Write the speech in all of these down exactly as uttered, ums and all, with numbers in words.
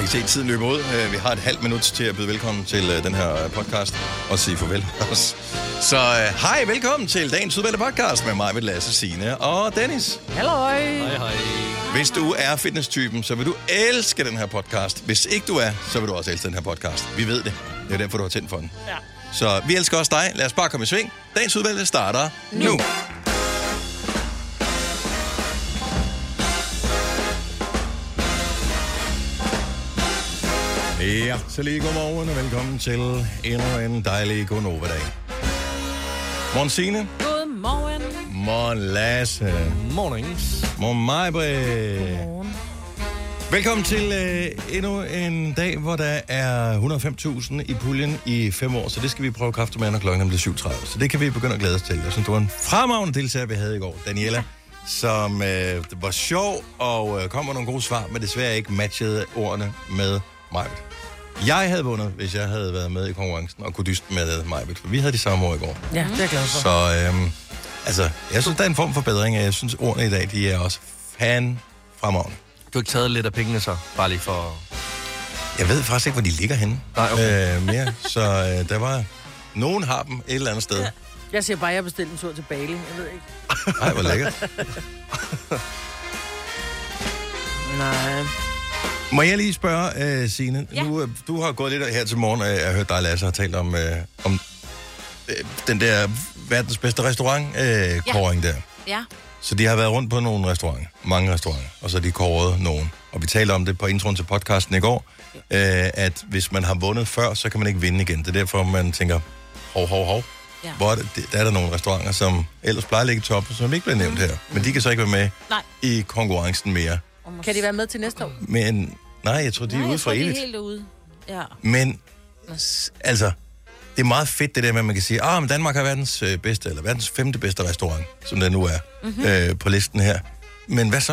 kan se, at tiden løber ud. Vi har et halvt minut til at byde velkommen til den her podcast og sige farvel også. Så hej, velkommen til dagens udvalgte podcast med mig, med Lasse, Signe og Dennis. Halløj. Hej, hej. Hvis du er fitnesstypen, så vil du elske den her podcast. Hvis ikke du er, så vil du også elske den her podcast. Vi ved det. Det er derfor, du har tændt for den. Ja. Så vi elsker også dig. Lad os bare komme i sving. Dagens udvalgte starter nu. nu. Ja, så lige godmorgen og velkommen til endnu en dejlig Gonova-dag. Morgen Signe. Godmorgen. Morgen Lasse. Mornings. Morgen Majbrit. Godmorgen. Velkommen til øh, endnu en dag, hvor der er et hundrede og fem tusind i puljen i fem år, så det skal vi prøve kræfter med, når klokken er syv tredive. Så det kan vi begynde at glæde os til. Jeg synes, det var en fremragende deltager, vi havde i går. Daniela, som øh, var sjov og øh, kom med nogle gode svar, men desværre ikke matchede ordene med Majbrit. Jeg havde vundet, hvis jeg havde været med i konkurrencen og kunne dyste med Majbrit, for vi havde de samme ord i går. Ja, det er jeg glad for. Så øh, altså, jeg synes, der er en form for forbedring, og jeg synes, ordene i dag, de er også fan fremragende. Du har ikke taget lidt af pengene så, bare lige for... Jeg ved faktisk ikke, hvor de ligger henne. Nej, okay. øh, mere. Så øh, der var... Nogen har dem et eller andet sted. Ja. Jeg siger bare, at jeg bestilte en tur til Bali. Jeg ved ikke. Nej, hvor lækkert. Nej. Må jeg lige spørge, uh, Signe? Ja. Nu, du har gået lidt her til morgen, og jeg har hørt dig, Lasse, har talt om, uh, om uh, den der verdens bedste restaurant-kåring uh, ja. der. Ja. Så de har været rundt på nogle restauranter, mange restauranter, og så har de kåret nogen. Og vi talte om det på introen til podcasten i går, uh, at hvis man har vundet før, så kan man ikke vinde igen. Det er derfor, man tænker, hov, hov, hov. Ja. Hvor er det, der er der nogle restauranter, som ellers plejer at ligge i toppen, som ikke bliver nævnt her. Men de kan så ikke være med Nej. i konkurrencen mere. Kan de være med til næste år? Men nej, jeg tror, de er Nej, ude jeg fra tror, de evigt. er helt ude. Ja. Men, s- altså, det er meget fedt det der med, at man kan sige, ah, men Danmark har verdens øh, bedste, eller verdens femte bedste restaurant, som der nu er mm-hmm. øh, på listen her. Men hvad så?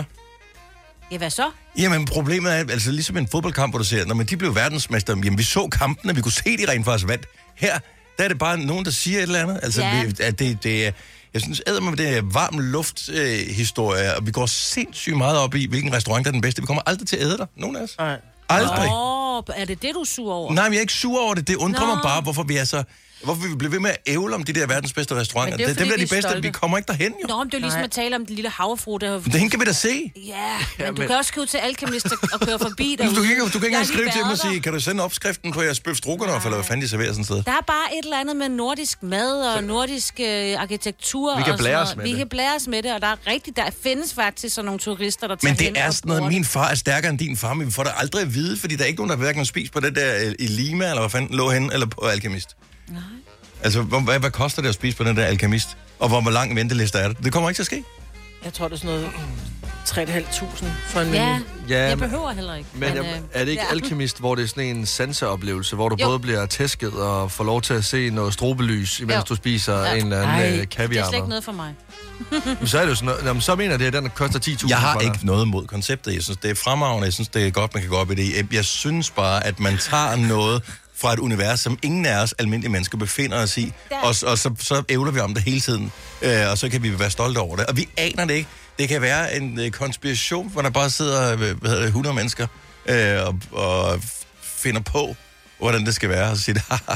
Ja, hvad så? Jamen, problemet er, altså ligesom en fodboldkamp, hvor du ser, når man, de blev verdensmester, jamen vi så kampen, og vi kunne se, de rent faktisk vandt. Her, der er det bare nogen, der siger et eller andet. Altså, Ja. vi, at det, det er, jeg synes, æder med det er varm luft-historie, øh, historie, og vi går sindssygt meget op i, hvilken restaurant der er den bedste. Vi kommer aldrig til at æde der, nogen af os. Nej. Aldrig. Åh, oh, er det det, du er sur over? Nej, men jeg er ikke sur over det. Det undrer Nå. mig bare, hvorfor vi er så... Hvorfor vi bliver ved med at ævle om de der verdens bedste restauranter. Men det er jo Det, dem fordi, der er de vi er bedste, stolte. vi kommer ikke derhen, jo. Nå, men det er jo ligesom Nej. at tale om den lille havfru, der... Det hende kan vi da se. Ja, men, men- du kan også skrive til Alkemist og køre forbi derude. Du kan ikke, du kan ikke Jeg har engang lige skrive til dem og været sige, der. kan du sende opskriften på jeres bøf stroganoff, eller hvad fanden de serverer sådan et sted? Der er bare et eller andet med nordisk mad og nordisk øh, arkitektur. Vi kan og sådan blære os noget. med Vi det. kan blære os med det, og der er rigtigt, der findes faktisk sådan nogle turister, der tager Men det hen er og sådan noget, bruger min far er stærkere end din far, men vi får det aldrig at vide, fordi der er ikke nogen, der hverken har spist på det der øh, i Lima, eller hvad fanden lå henne, eller på Alkemist. Nej. Altså, hvor, hvad, hvad koster det at spise på den der Alkemist? Og hvor, hvor lang venteliste er det? Det kommer ikke til at ske. Jeg tror, det er sådan noget tre tusind fem hundrede for en menu. Ja, Ja, jeg men- behøver heller ikke. Men øh, er det ikke ja. Alkemist, hvor det er sådan en sanseoplevelse, hvor du Jo. både bliver tæsket og får lov til at se noget strobelys, imens Jo. du spiser Ja. en eller anden Ej, øh, Det er kaviar? slet ikke noget for mig. Men så er det jo sådan noget, jamen, så mener jeg, det er den, der koster ti tusind Jeg har for dig. ikke noget mod konceptet. Jeg synes, det er fremragende. Jeg synes, det er godt, man kan gå op i det. Jeg- Jeg synes bare, at man tager noget fra et univers, som ingen af os almindelige mennesker befinder os i, Der- og, og så, så ævler vi om det hele tiden, øh, og så kan vi være stolte over det. Og vi aner det ikke. Det kan være en øh, konspiration, hvor der bare sidder øh, hvad hedder det, hundrede mennesker øh, og, og finder på, hvordan det skal være, og så siger det,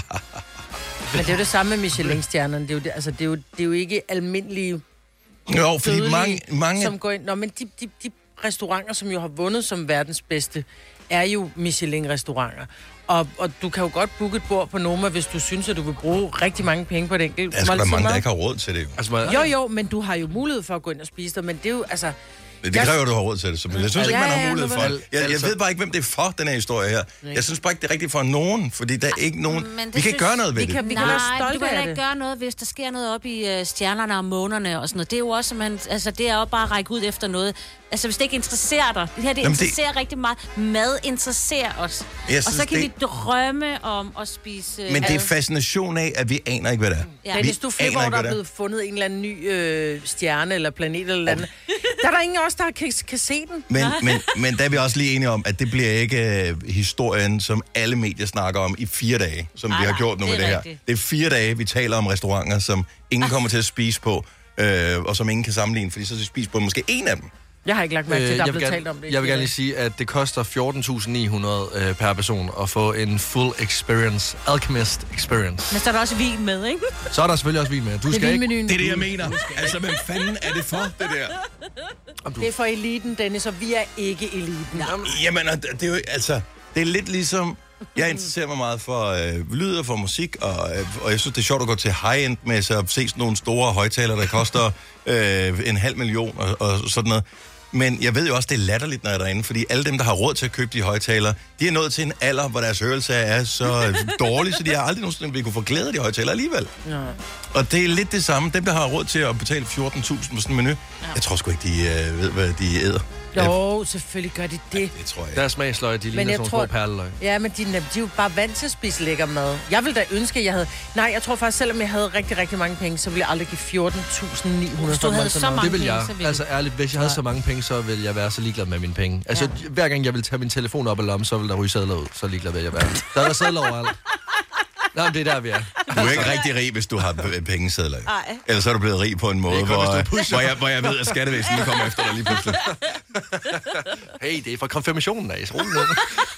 Men det er jo det samme med Michelin-stjernerne. Det er jo, det, altså, det er jo, det er jo ikke almindelige jo, fordi dødelige, mange, mange som går ind. Nå, men de, de, de restauranter, som jo har vundet som verdens bedste, er jo Michelin-restauranter. Og, og du kan jo godt booke et bord på Noma, hvis du synes, at du vil bruge rigtig mange penge på et enkelt der er sgu da måltid mange, mad. der ikke har råd til det. Jo. Altså, man, Jo, jo, men du har jo mulighed for at gå ind og spise det, men det er jo, altså... Det Jeg- kræver, at du har råd til det. Så jeg synes ikke, Ja, man har ja, mulighed nu for vel. det. Jeg, jeg Altså- ved bare ikke, hvem det er for, den her historie her. Jeg synes bare ikke, det er rigtigt for nogen, fordi der er ikke nogen... Men det Vi kan ikke synes- gøre noget ved vi det. kan- Vi være Nej, stolte du kan af heller det. ikke gøre noget, hvis der sker noget op i øh, stjernerne og månerne og sådan noget. Det er jo også, man, altså, det er jo bare at række ud efter noget. Altså, hvis det ikke interesserer dig. Det her, det Jamen, det- interesserer det... rigtig meget. Mad interesserer os. Jeg Og synes, så kan det- vi drømme om at spise øh, Men det er ad. fascination af, at vi aner ikke, hvad det er. Ja. Men Vi hvis du aner flipper over, ikke, der er hvad det blevet fundet en eller anden ny øh, stjerne eller planet eller andet, der er der ingen af os, der kan, kan se den. Men, men, men der er vi også lige enige om, at det bliver ikke uh, historien, som alle medier snakker om i fire dage, som Nej, vi har nej, gjort nu det med er det her. rigtigt. Det er fire dage, vi taler om restauranter, som ingen kommer til at spise på, øh, og som ingen kan sammenligne, fordi så skal de spise på måske en af dem. Jeg har ikke lagt mærke til, at der Øh, er jeg vil blevet gerne, talt om det. jeg vil gerne lige sige, at det koster fjorten tusind ni hundrede øh, per person at få en full experience, Alchemist experience. Men så er der også vin med, ikke? Så er der selvfølgelig også vin med. Du Det skal er ikke... vinmenuen. Det er det, jeg mener. Altså, hvem fanden er det for, det der? Det er for eliten, Dennis, og vi er ikke eliten. Jamen, og det er jo, altså, det er lidt ligesom... Jeg interesserer mig meget for øh, lyd og for musik, og, øh, og jeg synes, det er sjovt at gå til high-end med så at se sådan nogle store højtalere, der koster øh, en halv million og, og sådan noget. Men jeg ved jo også, det er latterligt, når jeg er derinde, fordi alle dem, der har råd til at købe de højtalere, de er nået til en alder, hvor deres hørelse er så dårlig, så de har aldrig nogensinde vil kunne få glæde af de højtalere alligevel. Ja. Og det er lidt det samme. Dem, der har råd til at betale fjorten tusind for sådan en menu, ja. Jeg tror sgu ikke, de øh, ved, hvad de æder. Jo, selvfølgelig gør de det. Det tror jeg. Deres smagsløg, de ligner sådan nogle tror, små perleløg. Ja, men de, de er jo bare vant til at spise lækker mad. Jeg ville da ønske, at jeg havde... Nej, jeg tror faktisk, selvom jeg havde rigtig, rigtig mange penge, så ville jeg aldrig give fjorten tusind ni hundrede Hvis du havde så mange Det vil jeg. penge, så ville- Altså ærligt, hvis jeg havde så mange penge, så ville jeg være så ligeglad med mine penge. Altså Ja. hver gang jeg ville tage min telefon op og lomme, så ville der ryge sadler ud. Så ligeglad vil jeg være. Der er der sadler overalt. Nej, men det er der, vi er. Du er ikke rigtig rig, hvis du har p- pengesedler. Nej. Ellers er du blevet rig på en måde, Det er kun, hvor, hvis du pusher. hvor, jeg, hvor jeg ved, at skattevæsenet kommer efter dig lige pludselig. Hey, det er fra konfirmationen af. Rolig ned.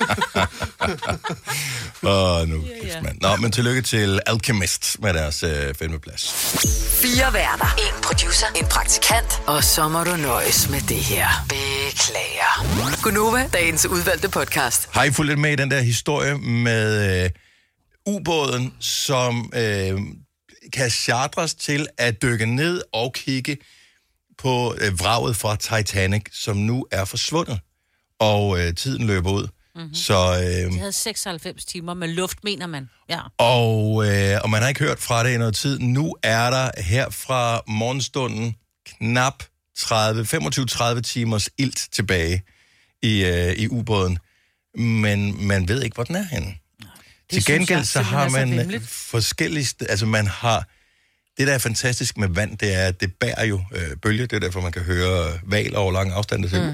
Åh, nu Ja, ja. kæft, mand. Nå, men tillykke til Alchemist med deres øh, femteplads. Fire værter. En producer. En praktikant. Og så må du nøjes med det her. Beklager. Gunova, dagens udvalgte podcast. Har I fulgt lidt med i den der historie med øh, ubåden, som øh, kan chartres til at dykke ned og kigge på øh, vraget fra Titanic, som nu er forsvundet, og øh, tiden løber ud. Mm-hmm. Så, øh, De havde seksoghalvfems timer med luft, mener man. Ja. og, øh, og man har ikke hørt fra det i noget tid. Nu er der her fra morgenstunden knap tredive, femogtyve til tredive timers ilt tilbage i, øh, i ubåden, men man ved ikke, hvor den er henne. Til synes gengæld jeg så har simpelthen er så man vemmeligt. forskellige... st- Altså man har... Det, der er fantastisk med vand, det er, at det bærer jo øh, bølger. Det er derfor, man kan høre valer over lange afstande. Mm.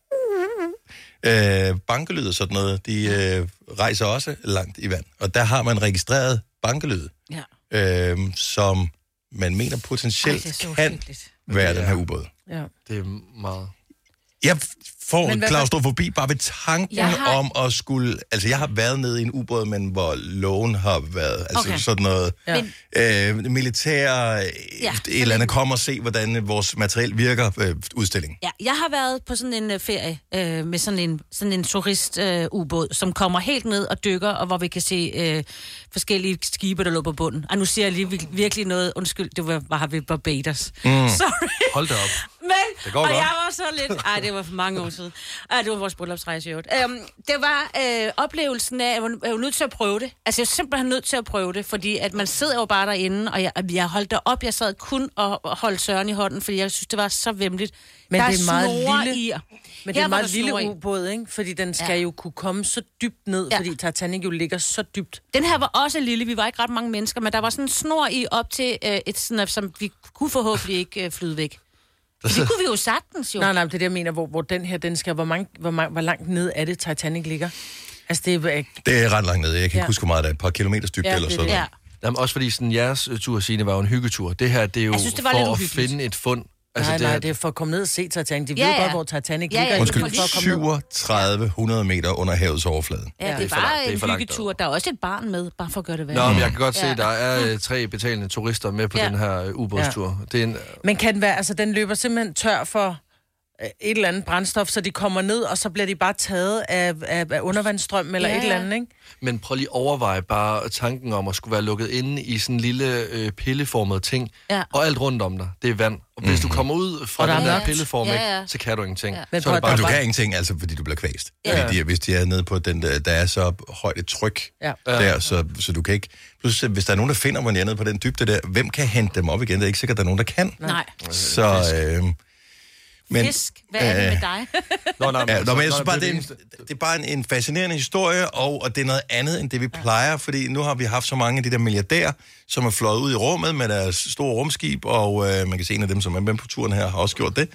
Øh, bankelyd og sådan noget, de øh, rejser også langt i vand. Og der har man registreret bankelyd, Ja. øh, som man mener Ej, potentielt det er så kan uhyggeligt. være Det den er- her ubåd. Ja. Det er meget... Jeg får Men en hvad- klaustrofobi bare ved tanken Jeg har- om at skulle... Altså, jeg har været nede i en ubåd, men hvor lågen har været... Altså Okay. sådan noget... Ja. Men- Øh, militær... Ja, Ja, et eller andet kommer og se, hvordan vores materiel virker. Øh, udstilling. Ja, jeg har været på sådan en uh, ferie uh, med sådan en, sådan en turist-ubåd, uh, som kommer helt ned og dykker, og hvor vi kan se uh, forskellige skibe, der lå på bunden. Og nu siger jeg lige vir- virkelig noget, undskyld, det var, var ved Barbados. Mm. Sorry. Hold da op. Men, Det går og godt. jeg var så lidt... Ej, det var for mange år siden. Ej, det var vores bryllupsrejse i øvrigt. Øhm, det var øh, oplevelsen af, at jeg var, jeg var nødt til at prøve det. Altså, jeg er simpelthen nødt til at prøve det, fordi at man sidder jo bare derinde, og jeg, jeg holdt der op. Jeg sad kun og holdt Søren i hånden, fordi jeg synes, det var så vemmeligt. Men der det er meget snore lille- i. Men det er Her en var meget der lille snore i. ubåd, ikke? Fordi den skal Ja. jo kunne komme så dybt ned, Ja. fordi Titanic jo ligger så dybt. Den her var også lille. Vi var ikke ret mange mennesker, men der var sådan en snor i op til øh, et sådan, som vi kunne forhåbentlig ikke øh, flyde væk. Det kunne vi jo sagtens, jo. Nej, nej, det er det, jeg mener, hvor, hvor den her, den skal, hvor, mange, hvor, mange, hvor langt ned er det, Titanic ligger? Altså, det er ikke... Det er ret langt nede. Jeg kan ikke Ja. huske, hvor meget der er. Et par kilometers dybde Ja, eller det er sådan det. noget. Ja. Jamen, også fordi sådan, jeres øh, tur, Signe, var jo en hyggetur. Det her, det er jo Jeg synes, det var lidt for at uhyggeligt. finde et fund. Altså, nej, det nej, her- det er for at komme ned og se Titanic. De Ja, ved ja. godt, hvor Titanic Ja, ja, ligger. det er Undskyld, for at komme ned. syvogtredive hundrede meter under havets overflade. Ja, det det er er for bare langt- det er en for langt hyggetur. Der er også et barn med, bare for at gøre det værd. Nå, men jeg kan godt se, Ja. at der er øh, tre betalende turister med på Ja. den her øh, ubådstur. Det er en, Men kan den være, altså den løber simpelthen tør for øh, et eller andet brændstof, så de kommer ned, og så bliver de bare taget af, af, af undervandsstrøm eller Ja, et eller ja. andet, ikke? men prøv lige at overveje bare tanken om at skulle være lukket inde i sådan en lille øh, pilleformet ting, Ja. og alt rundt om dig, det er vand. Og hvis du kommer ud fra Og der den er der mørkt. pilleform, Ja, ikke, ja. så kan du ingenting. Ja. Men Så er prøv det at- bare Og du bare- kan ingenting, altså, fordi du bliver kvæst. Ja. Fordi de, hvis de er nede på den, der, der er så højt et tryk Ja. der, så, så du kan ikke... Plus, hvis der er nogen, der finder, hvor de er nede på den dybde der, hvem kan hente dem op igen? Det er ikke sikkert, der er nogen, der kan. Nej. Så... Øh, men, Fisk, hvad er det øh, med dig? Nå, nej, Ja, nå, men jeg nå, synes bare, det det er er, en, det er bare en, en fascinerende historie, og, og det er noget andet, end det vi plejer, fordi nu har vi haft så mange af de der milliardærer, som er fløjet ud i rummet med deres store rumskib, og øh, man kan se en af dem, som er med på turen her, har også gjort det.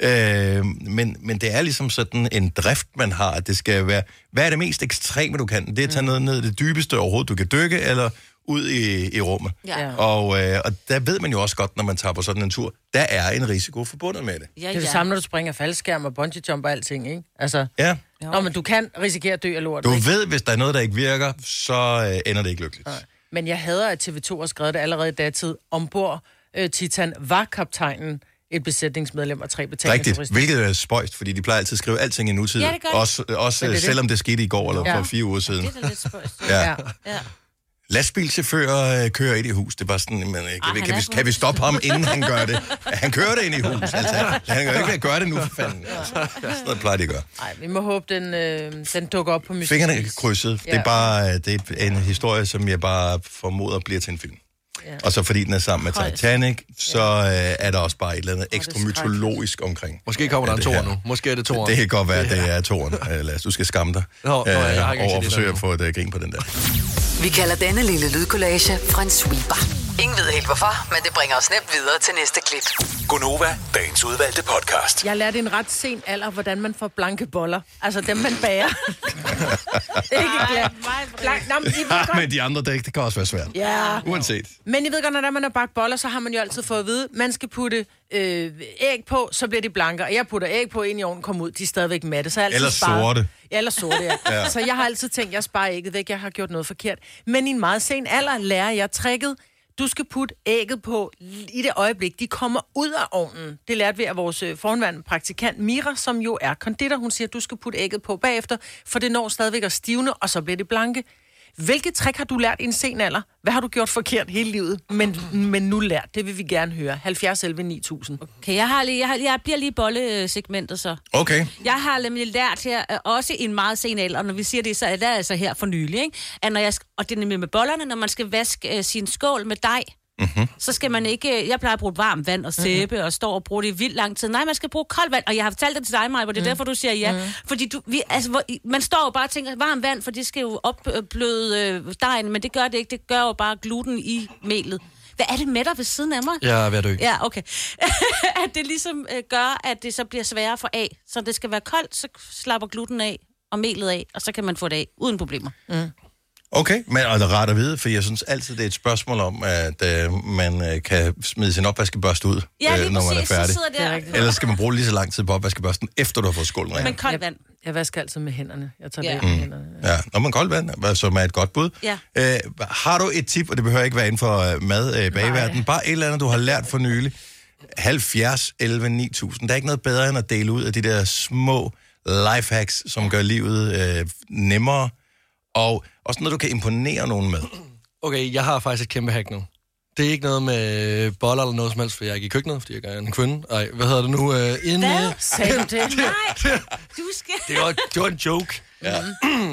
Øh, men, men det er ligesom sådan en drift, man har, at det skal være, hvad er det mest ekstreme, du kan? Det er at tage noget ned i det dybeste overhovedet, du kan dykke, eller ud i, i rummet. Ja. Og, øh, og der ved man jo også godt, når man tager på sådan en tur, der er en risiko forbundet med det. Ja, Det er det samme, når du springer faldskærm og bungee jump og alting, ikke? Altså, Ja. nå, men du kan risikere at dø af lort, Du ikke? ved, hvis der er noget, der ikke virker, så øh, ender det ikke lykkeligt. Nej. Men jeg hader, at T V to har skrevet det allerede i datid. Ombord øh, Titan var kaptajnen et besætningsmedlem og tre betalende Rigtigt, hvilket er spøjst, fordi de plejer altid at skrive alting i nutid. Ja, det gør de. Også, også det er det. selvom det skete i går eller Ja. for fire uger siden. Det er da lidt spøjst. Ja. Ja. Ja. Lastbilchauffører øh, kører ind i hus. Det er bare sådan, men, øh, kan, Ah, vi, han kan, er vi, på kan vi hus. stoppe ham, inden han gør det? Han kører det ind i hus. Altså, han kan jo ikke ved at gøre det nu, for fanden. Altså, sådan noget plejer de at gøre. Nej, vi må håbe, den, øh, den dukker op på mystisk Fingrene vis. krydset. Det er Ja. bare det er en historie, som jeg bare formoder bliver til en film. Ja. Og så fordi den er sammen med Højst. Titanic, så øh, er der også bare et eller andet er ekstra skrækkeligt. mytologisk omkring. Måske kommer der en det toer her. nu. Måske er det toer. Det kan godt være, at det er toren. Øh, Lars, du skal skamme dig Nå, nå, jeg har ikke øh, set over at det forsøge endnu. at få et uh, grin på den der. Vi kalder denne lille lydkollage en sweeper. Ingen ved helt hvorfor, men det bringer os nemt videre til næste klip. Gonova, dagens udvalgte podcast. Jeg lærte i en ret sen alder, hvordan man får blanke boller. Altså dem, man bager. Ikke glat. Blank. Nå, men, I ved Ah, godt. men de andre dæk, det kan også være svært. Ja. Uanset. Men I ved godt, når man har bagt boller, så har man jo altid fået at vide, man skal putte øh, æg på, så bliver de blanke. Og jeg putter æg på ind i ovnen, kommer ud, de er stadigvæk matte. Så jeg har altid Eller sparet. sorte. Ja, eller sorte, ja. Ja. ja. Så jeg har altid tænkt, at jeg sparer ægget væk, jeg har gjort noget forkert. Men i en meget sen alder lærer jeg tricket. Du skal putte ægget på i det øjeblik, de kommer ud af ovnen. Det lærte vi af vores øh, forhåndværende praktikant Mira, som jo er konditor. Hun siger, at du skal putte ægget på bagefter, for det når stadigvæk at stivne, og så bliver det blanke. Hvilket trick har du lært i en sen alder? Hvad har du gjort forkert hele livet, men, men nu lært? Det vil vi gerne høre. halvfjerds elleve ni tusind. Okay, jeg, har lige, jeg, har, jeg bliver lige bollesegmentet så. Okay. Jeg har nemlig lært her, øh, også i en meget sen alder, og når vi siger det, så er det altså her for nylig, ikke? At når jeg, sk- og det er nemlig med bollerne, når man skal vaske øh, sin skål med dej, mm-hmm. så skal man ikke, jeg plejer at bruge varmt vand og sæbe, mm-hmm. og stå og bruge det i vildt lang tid. Nej, man skal bruge koldt vand, og jeg har fortalt det til dig, Maja, hvor det er mm. derfor, du siger ja. Mm. Fordi du, vi, altså, hvor, man står jo bare og tænker, varmt vand, for det skal jo opbløde øh, dejen, men det gør det ikke, det gør jo bare gluten i melet. Hvad er det med dig ved siden af mig? Jeg er ved at dø. Ja, okay. At det ligesom øh, gør, at det så bliver sværere for af. Så det skal være koldt, så slapper gluten af og melet af, og så kan man få det af uden problemer. Mm. Okay, men og det er rart at vide, for jeg synes altid, det er et spørgsmål om, at øh, man øh, kan smide sin opvaskebørste ud, Ja, lige øh, når man er præcis, så færdig. sidder Det er der. rigtigt. Ellers skal man bruge lige så lang tid på opvaskebørsten, efter du har fået skålen ren. Men koldt vand. Jeg, jeg vasker altid med hænderne. Jeg tager Ja. det med hænderne. Ja, når man koldt vand, som er et godt bud. Ja. Øh, har du et tip, og det behøver ikke være inden for øh, mad, øh, bagverden, bare et eller andet, du har lært for nylig. halvfjerds elleve ni tusind. Der er ikke noget bedre end at dele ud af de der små lifehacks, som gør livet øh, nemmere, og også noget, du kan imponere nogen med. Okay, jeg har faktisk et kæmpe hack nu. Det er ikke noget med boller eller noget som helst, for jeg er ikke i køkkenet, fordi jeg er en kvinde. Ej, hvad hedder det nu? Uh, inde... Hvad? Sagde du det? Nej, du skal... Det var, det var en joke. Ja.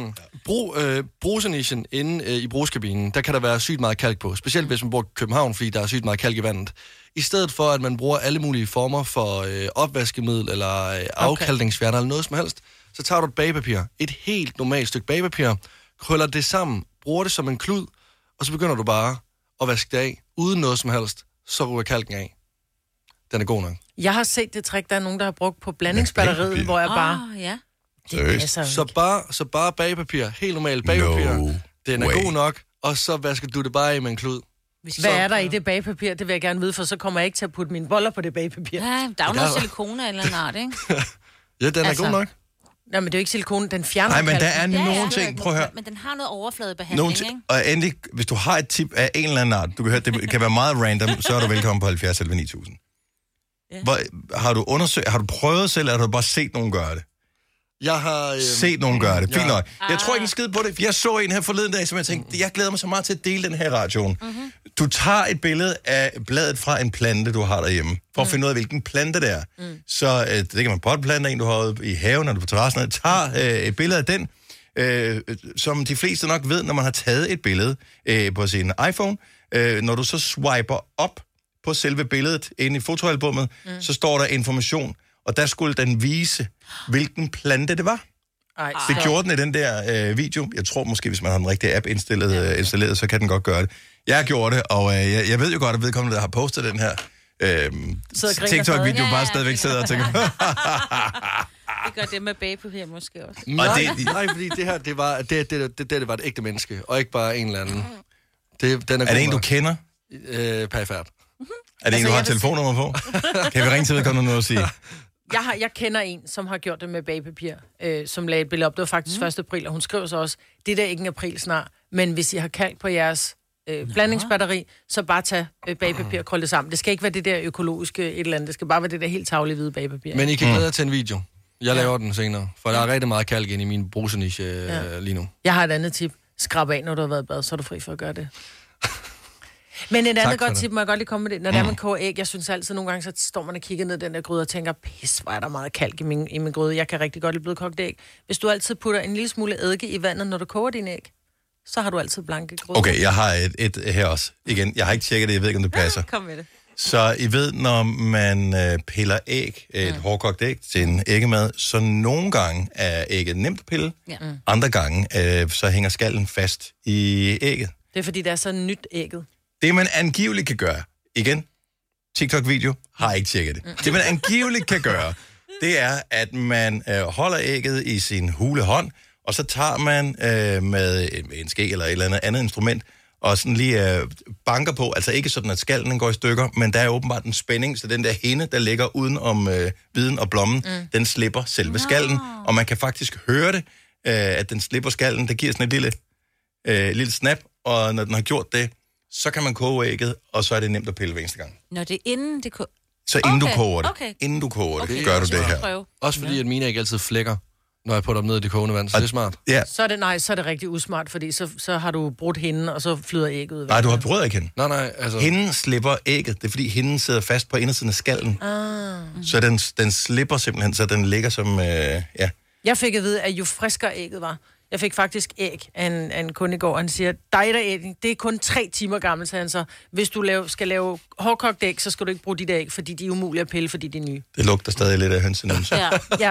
Brug øh, brugsenischen inde øh, i brugskabinen. Der kan der være sygt meget kalk på. Specielt hvis man bor i København, fordi der er sygt meget kalk i vandet. I stedet for, at man bruger alle mulige former for øh, opvaskemiddel eller øh, afkalkningsfjerner eller noget som helst, så tager du et bagepapir. Et helt normalt stykke bagepapir. Krøller det sammen. Bruger det som en klud. Og så begynder du bare at vaske det af. Uden noget som helst. Så ryger kalken af. Den er god nok. Jeg har set det trick, der er nogen, der har brugt på blandingsbatteriet, Bagepapir. hvor jeg bare... Oh, ja. Seriøst? passer jo Så ikke. bare, så bare bagepapir. Helt normalt bagepapir. No Den er way. god nok. Og så vasker du det bare af med en klud. Hvad er der i det bagepapir? Det vil jeg gerne vide, for så kommer jeg ikke til at putte mine boller på det bagepapir. Ja, der er jo noget Der- silikone af en eller anden art, ikke? Ja, den er Altså, god nok. Nej, men det er jo ikke silikone, den fjerner Nej, men der kalken. er Ja, nogle ja. ting, prøv at høre. Men den har noget overfladebehandling, Nogle ikke? ting, og endelig, hvis du har et tip af en eller anden art, du kan høre, det kan være meget random, så er du velkommen på halvfjerds elleve ni tusind. Ja. Hvor, har du undersøgt, har du prøvet selv, eller har du bare set nogen gøre det? Jeg har... Øh, Set nogen gøre det, fint ja. nok. Jeg tror ikke en skid på det. Jeg så en her forleden dag, som jeg tænkte, jeg glæder mig så meget til at dele den her i radioen. Mm-hmm. Du tager et billede af bladet fra en plante, du har derhjemme, for at finde ud af, hvilken plante det er. Mm. Så øh, det kan man potplante, en du har ude i haven, eller på terrassen. Tager øh, et billede af den, øh, som de fleste nok ved, når man har taget et billede øh, på sin iPhone. Øh, når du så swiper op på selve billedet inde i fotoalbummet, mm. så står der information, og der skulle den vise, hvilken plante det var. Ej, Det så- gjorde den i den der øh, video. Jeg tror måske, hvis man har den rigtige app indstillet, øh, installeret, så kan den godt gøre det. Jeg gjorde det, og øh, jeg, jeg ved jo godt, at vedkommende, der har postet den her øh, Sidder og griner TikTok-video, stadig. bare Ja, stadigvæk det sidder og tænker... Det gør det med bagepapir måske også. Nej, det- nej, fordi det her, det var, det, det, det, det, det var et ægte menneske, og ikke bare en eller anden Det, den er, Er det en, du kender? Øh, perfekt. Er det en, du har et telefonnummer på? Kan vi ringe til vedkommende nu og sige? Jeg, har, jeg kender en, som har gjort det med bagepapir, øh, som lagde et billede op. Det var faktisk mm. første april, og hun skrev så også, det er da ikke en april snart, men hvis I har kalk på jeres øh, blandingsbatteri, så bare tag øh, bagepapir og krøl det sammen. Det skal ikke være det der økologiske et eller andet, det skal bare være det der helt tavlige hvide bagepapir. Men I kan glæde jer til en video. Jeg laver ja. den senere, for der er rigtig meget kalk ind i min bruseniche øh, ja. lige nu. Jeg har et andet tip. Skrab af, når du har været i bad, så er du fri for at gøre det. Men et andet godt tip, må jeg godt lige komme med det. Når mm. der man koger æg, jeg synes altid, nogle gange, så står man og kigger ned i den der gryde og tænker, pis, hvor er der meget kalk i min, i min gryde. Jeg kan rigtig godt lide blødkogt æg. Hvis du altid putter en lille smule eddike i vandet, når du koger dine æg, så har du altid blanke gryder. Okay, jeg har et, et her også. Igen, jeg har ikke tjekket det, jeg ved ikke, om det passer. Kom med det. Så I ved, når man øh, piller æg, et mm. hårdkogt æg til en æggemad, så nogle gange er ægget nemt at pille, ja. mm. andre gange øh, så hænger skallen fast i ægget. Det er fordi, der er så nyt ægget. Det, man angiveligt kan gøre, igen, TikTok-video, har ikke tjekket det. Mm. Det, man angiveligt kan gøre, det er, at man øh, holder ægget i sin hule hånd, og så tager man øh, med en ske eller et eller andet andet instrument, og sådan lige øh, banker på, altså ikke sådan, at skallen går i stykker, men der er åbenbart en spænding, så den der hinde, der ligger uden om øh, viden og blommen, mm. den slipper selve skallen, no. og man kan faktisk høre det, øh, at den slipper skallen, der giver sådan et lille, øh, lille snap, og når den har gjort det, så kan man koge ægget, og så er det nemt at pille hver eneste gang. Når det er inden det ko- Så inden okay. du koger det, okay. inden du koger det, okay. gør du det her. Prøve. Også fordi, at mine æg altid flækker, når jeg putter dem ned i det kogende vand, så og det er smart. Ja. Så er det, nej, så er det rigtig usmart, fordi så, så har du brudt hinden, og så flyder ægget ud. Nej, du har brød ikke hende. Nej, nej, altså... Hinden slipper ægget, det er fordi hinden sidder fast på indersiden af skallen. Ah. Så den, den slipper simpelthen, så den ligger som, øh, ja. Jeg fik at vide, at jo friskere ægget var. Jeg fik faktisk æg af en, af en kunde i går, og han siger, dig der æg, det er kun tre timer gammelt, så han så, hvis du lave, skal lave hårdkogt æg, så skal du ikke bruge dit æg, fordi de er umulige at pille, fordi de er nye. Det lugter stadig lidt af hønsenums. Ja, ja.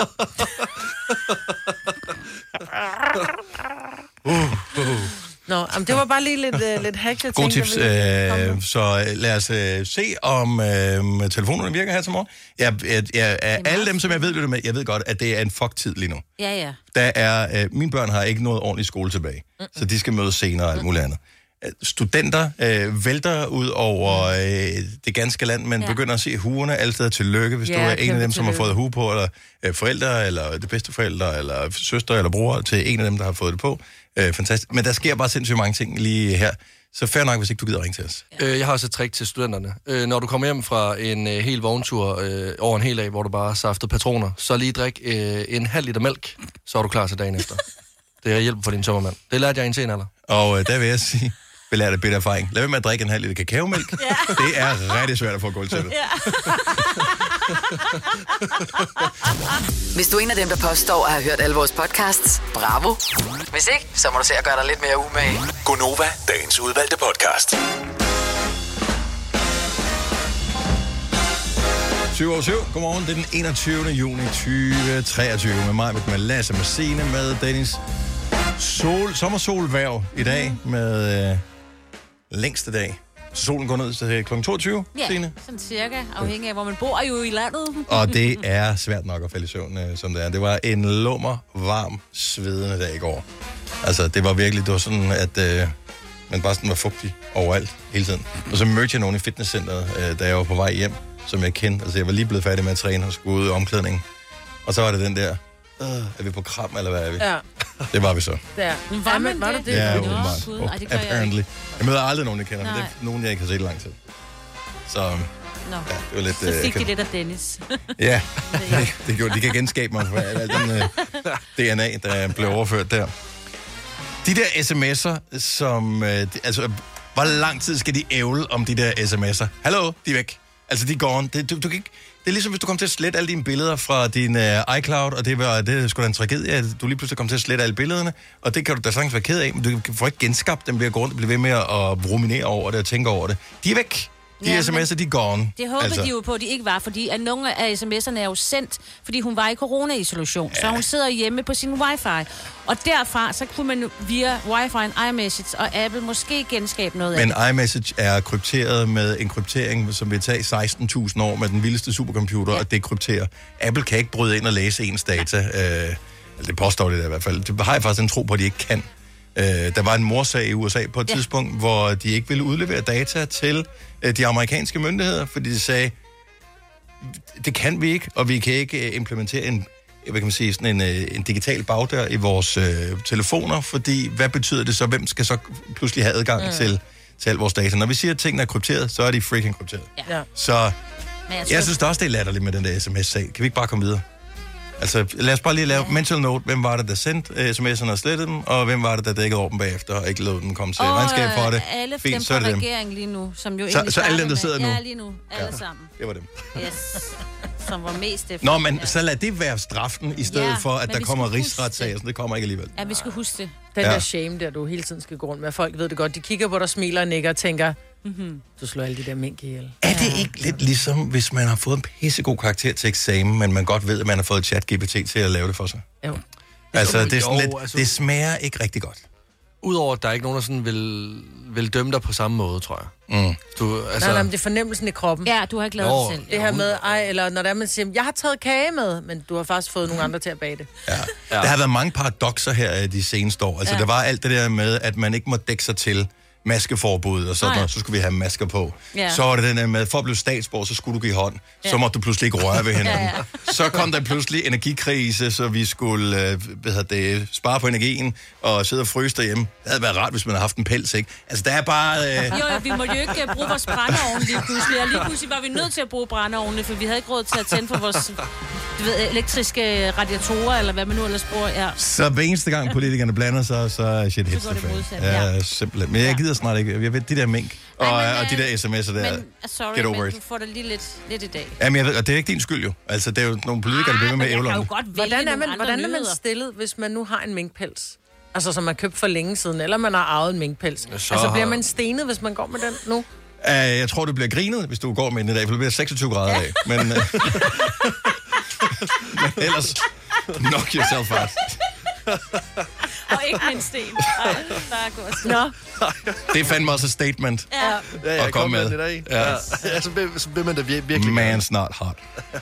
uh, uh. Nå, men det var bare lige lidt, uh, lidt hack, jeg God tænker. tips. Øh, så lad os uh, se, om uh, telefonerne virker her til morgen. Jeg, jeg, jeg, jeg, alle dem, som jeg ved, lytter med, jeg ved godt, at det er en fuck-tid lige nu. Ja, ja. Der er, uh, mine børn har ikke noget ordentligt skole tilbage, mm-mm. så de skal mødes senere og alt muligt andet. Studenter øh, vælter ud over øh, det ganske land, men ja. begynder at se huerne alle steder. Tillykke, hvis ja, du er en af dem, som har fået hue på, eller øh, forældre, eller det bedste forældre, eller søster, eller bror, til en af dem, der har fået det på. Øh, fantastisk. Men der sker bare sindssygt mange ting lige her. Så fair nok, hvis ikke du gider ringe til os. Ja. Øh, jeg har også et trick til studenterne. Øh, når du kommer hjem fra en øh, hel vogntur øh, over en hel dag, hvor du bare har saftet patroner, så lige drik øh, en halv liter mælk, så er du klar til dagen efter. Det er hjælp for din sommermand. Det lærte jeg i en sen alder. Og øh, der vil jeg sige... Vi lærer det bitter erfaring. Lad være med at drikke en halv liter kakaomælk. Ja. Det er rigtig svært at få gulv til det. Ja. Hvis du er en af dem, der påstår at have hørt alle vores podcasts, bravo. Hvis ikke, så må du se at gøre dig lidt mere umage. Gonova, dagens udvalgte podcast. syv over syv. Godmorgen. Det er den enogtyvende juni tyve treogtyve med mig, med Lasse, med Signe, med Dennis. Sol, sommersolværv i dag med øh, længste dag. Solen går ned til klokken toogtyve, ja, Signe. Sådan cirka, afhængig af, hvor man bor jo i landet. Og det er svært nok at falde i søvn, øh, som det er. Det var en lummer, varm, svedende dag i går. Altså, det var virkelig, det var sådan, at øh, man bare sådan var fugtig overalt hele tiden. Og så mødte jeg nogen i fitnesscenteret, øh, da jeg var på vej hjem, som jeg kendte. Altså, jeg var lige blevet færdig med at træne og skulle ud i omklædningen. Og så var det den der, øh, er vi på kram, eller hvad er vi? Ja. Det var vi så. Ja. Var, man, var det det? Ja, det åbenbart. Oh, apparently. Jeg, jeg møder aldrig nogen, jeg kender, men det er nogen, jeg ikke har set i lang tid. Så, Nå. ja, det var lidt... Så fik uh, de lidt af Dennis. Ja, det, det gjorde de. kan genskabe mig for al den uh, D N A, der blev overført der. De der sms'er, som... Uh, de, altså, hvor lang tid skal de ævle om de der sms'er? Hallo, de er væk. Altså, de er gone. Det, du, du kan ikke... Det er ligesom, hvis du kommer til at slette alle dine billeder fra din uh, iCloud, og det var det er sgu da en tragedie, at du lige pludselig kommer til at slette alle billederne, og det kan du da sagtens være ked af, men du får ikke genskabt dem ved at gå rundt og blive ved med at ruminere over det og tænke over det. De er væk. De ja, sms'er, de er gone. Det håber altså. de jo på, at de ikke var, fordi at nogle af sms'erne er jo sendt, fordi hun var i corona-isolation, ja. Så hun sidder hjemme på sin wifi. Og derfra, så kunne man via wifi'en, iMessage og Apple måske genskabe noget Men af det. iMessage er krypteret med en kryptering, som vil tage seksten tusind år med den vildeste supercomputer ja. At dekryptere. Apple kan ikke bryde ind og læse ens data. Ja. Øh, det påstår det der i hvert fald. Det har jeg faktisk en tro på, at de ikke kan. Øh, der var en morsag i U S A på et ja. tidspunkt, hvor de ikke ville udlevere data til øh, de amerikanske myndigheder, fordi de sagde, det kan vi ikke, og vi kan ikke implementere en, hvad kan man sige, sådan en, en digital bagdør i vores øh, telefoner, fordi hvad betyder det så? Hvem skal så pludselig have adgang mm. til, til al vores data? Når vi siger, at tingene er krypteret, så er de freaking krypteret. Ja. Så jeg, jeg synes også, det er latterligt med den der sms-sag. Kan vi ikke bare komme videre? Altså, lad os bare lige lave ja. mental note. Hvem var det, der sendte sms'erne og slettede dem, og hvem var det, der dækkede over dem bagefter, og ikke lod dem komme til oh, regnskab for det? Alle Fint, dem så er det fra regeringen lige nu, som jo så, så alle dem, der sidder med. nu? Ja, lige nu. Alle ja. sammen. Det var dem. Yes. Som var mest efter. Nå, men så lad det være straffen, i stedet ja, for, at der kommer rigsretssager, så det kommer ikke alligevel. Ja, vi skal huske det. Den ja. der shame, der du hele tiden skal gå rundt med. Folk ved det godt. De kigger på dig, smiler og nikker og tænker, mm-hmm. du slår alle de der mink ihjel. Er det ikke lidt ligesom, hvis man har fået en pissegod karakter til eksamen, men man godt ved, at man har fået chat G P T til at lave det for sig? Jo. Altså, det, er sådan jo, lidt, altså, det smager ikke rigtig godt. Udover, at der er ikke nogen, der sådan vil, vil dømme dig på samme måde, tror jeg. Mm. Du, altså... Nej, nej, men det er fornemmelsen i kroppen. Ja, du har ikke lavet Nå, det selv. Det her med, ej, eller når der man siger, jeg har taget kage med, men du har faktisk fået nogle andre til at bage det. Ja. Ja. Der har været mange paradoxer her de seneste år. Altså, ja. der var alt det der med, at man ikke må dække sig til maskeforbud og sådan noget, så skulle vi have masker på. Ja. Så var det den der med, for at blive statsborger, så skulle du give hånd. Ja. Så måtte du pludselig ikke røre ved hinanden. Ja, ja. Så kom der pludselig energikrise, så vi skulle øh, hvad hedder det, spare på energien og sidde og fryse derhjemme. Det havde været rart, hvis man havde haft en pels, ikke? Altså, der er bare... Øh... Jo, vi måtte jo ikke bruge vores brændeovne lige pludselig. Og lige pludselig var vi nødt til at bruge brændeovne, for vi havde ikke råd til at tænde for vores du ved, elektriske radiatorer, eller hvad man nu ellers bruger. Ja. Så hver eneste gang politikerne blander sig, så er shit hits the fan. Ja, simpelthen. Men jeg gider snart ikke. Jeg ved, de der mink og, Ej, men, og de der sms'er der, men, sorry, get over men it. Du får det lige lidt, lidt i dag. Jamen, jeg ved, og det er ikke din skyld jo. Altså, det er jo nogle politikere, der bliver med ævler om det. Hvordan er man, hvordan er man stillet, hvis man nu har en minkpels? Altså, som man har købt for længe siden, eller man har arvet en minkpels. Så... Altså, bliver man stenet, hvis man går med den nu? Uh, jeg tror, du bliver grinet, hvis du går med den i dag, for det bliver seksogtyve grader ja. af. Men, uh... men ellers, knock yourself out. Og ikke min sten. Ej, der er godt. Nå. Det er fandme også et statement ja. Ja, jeg at komme med. med. I dag. Ja. Ja, så, bliver, så bliver man da virkelig... Man's not hot.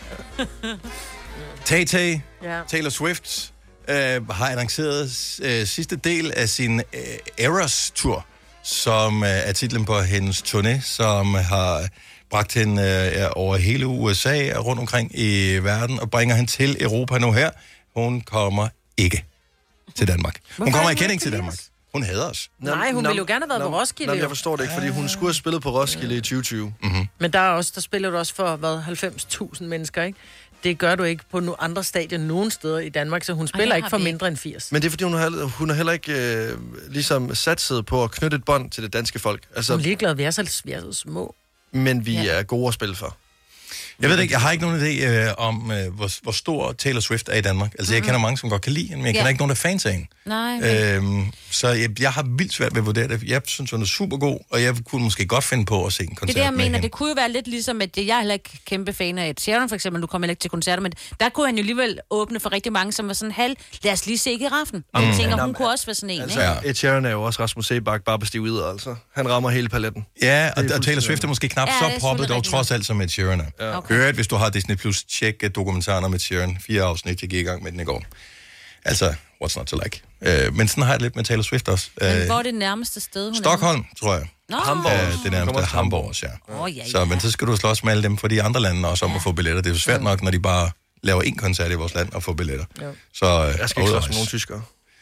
Tay-Tay, ja. Taylor Swift, øh, har annonceret øh, sidste del af sin øh, Eras-tur, som øh, er titlen på hendes turné, som har bragt hende øh, over hele U S A og rundt omkring i verden, og bringer hende til Europa nu her. Hun kommer ikke til Danmark. Hun kommer igen ikke til Danmark. Hun hader os. Nej, hun ville jo gerne have været på Roskilde. Nej, jeg forstår det ikke, fordi hun skulle have spillet på Roskilde i tyve tyve. Mm-hmm. Men der, er også, der spiller du også for, hvad, halvfems tusind mennesker, ikke? Det gør du ikke på nogle andre stadier nogen steder i Danmark, så hun spiller ikke for mindre end firs. Men det er, fordi hun har, hun har heller ikke øh, ligesom satset på at knytte et bånd til det danske folk. Altså, hun er ligeglad, vi er så, vi er så små. Men vi ja. er gode at spille for. Jeg ved ikke, jeg har ikke nogen idé øh, om, øh, hvor, hvor stor Taylor Swift er i Danmark. Altså, mm-hmm. jeg kender mange, som godt kan lide hende, men jeg ja. kender ikke nogen, der er fans af hende. Nej. Øhm, så jeg, jeg har vildt svært ved at vurdere det. Jeg synes, hun er super god, og jeg kunne måske godt finde på at se en koncert med det, det, jeg mener, hende. Det kunne jo være lidt ligesom, at jeg er heller ikke kæmpe fan af Ed Sheeran, for eksempel, du kommer ikke til koncerter, men der kunne han jo alligevel åbne for rigtig mange, som var sådan, halv, lad os lige se Giraffen. Mm. Jeg tænker, hun kunne også være sådan en, altså, ikke? Ja. Ed Sheeran er jo også Rasmus Sebak, bare på stiv yder, altså. Han rammer hele paletten. Ja, og, og Taylor Swift er måske knap ja, så poppet, dog trods alt som Ed Sheeran er. Ja. Okay. Hørt, hvis du har Disney Plus, tjek dokumentaren om Ed Sheeran. Fire afsnit, jeg gik i gang med den i går. Altså, what's not to like. Uh, men sådan har jeg det lidt med Taylor Swift også. Uh, men hvor er det nærmeste sted, hun Stockholm, er? tror jeg. Nå. Hamburg. Uh, det nærmeste er Hamburg også, ja. Oh, ja, ja. Så, men så skal du slås med alle dem fra de andre lande også om ja. at få billetter. Det er jo svært nok, når de bare laver en koncert i vores land og får billetter. Ja. Så, uh, jeg skal ikke slås med nogle tyskere.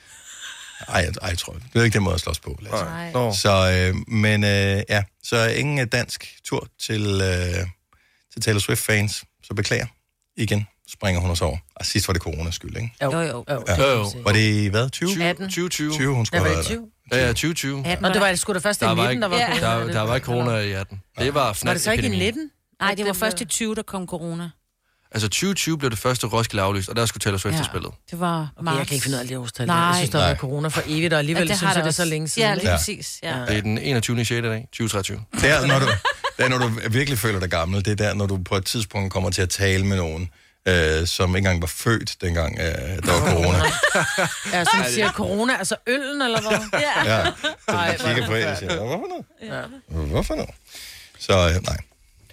Ej, ej, jeg tror det. Det er ikke den måde at slås på. Nej. Så, uh, men uh, ja, så ingen dansk tur til, uh, til Taylor Swift-fans. Så beklager igen. Springer hun os over. Og sidst var det coronas skyld, ikke? Jo, jo. jo. Ja. jo. Var det, hvad, tyve? atten. tyve tyve. tyve, hun skulle ja, have været tyve. Ja, ja, tyve tyve. atten. Og det var sgu da først i nitten, der var ja. corona. Der, der var ikke corona i atten. Det var Var det så ikke i nitten? Nej, det var først i tyve, der kom corona. Altså tyve tyve blev det første Roskilde aflyst, og der skulle Taylor Swift ja. spillet. Det var okay, jeg kan ikke finde ud af det årstal. Nej. Jeg synes, der var corona for evigt, og alligevel ja, synes jeg, det er så længe siden. Ja, lige ja. præcis. Ja. Det er den enogtyvende sjette i dag, tyve treogtyve. Det er, når du, det er, når du virkelig føler dig gammel. Det er der, når du på et tidspunkt kommer til at tale med nogen, øh, som ikke engang var født, dengang øh, der var corona. Ja, som siger corona, altså øllen, eller hvad? Ja. Ja, så jeg kigger på jer og siger, hvorfor noget? Ja. Hvorfor noget? Så øh, nej.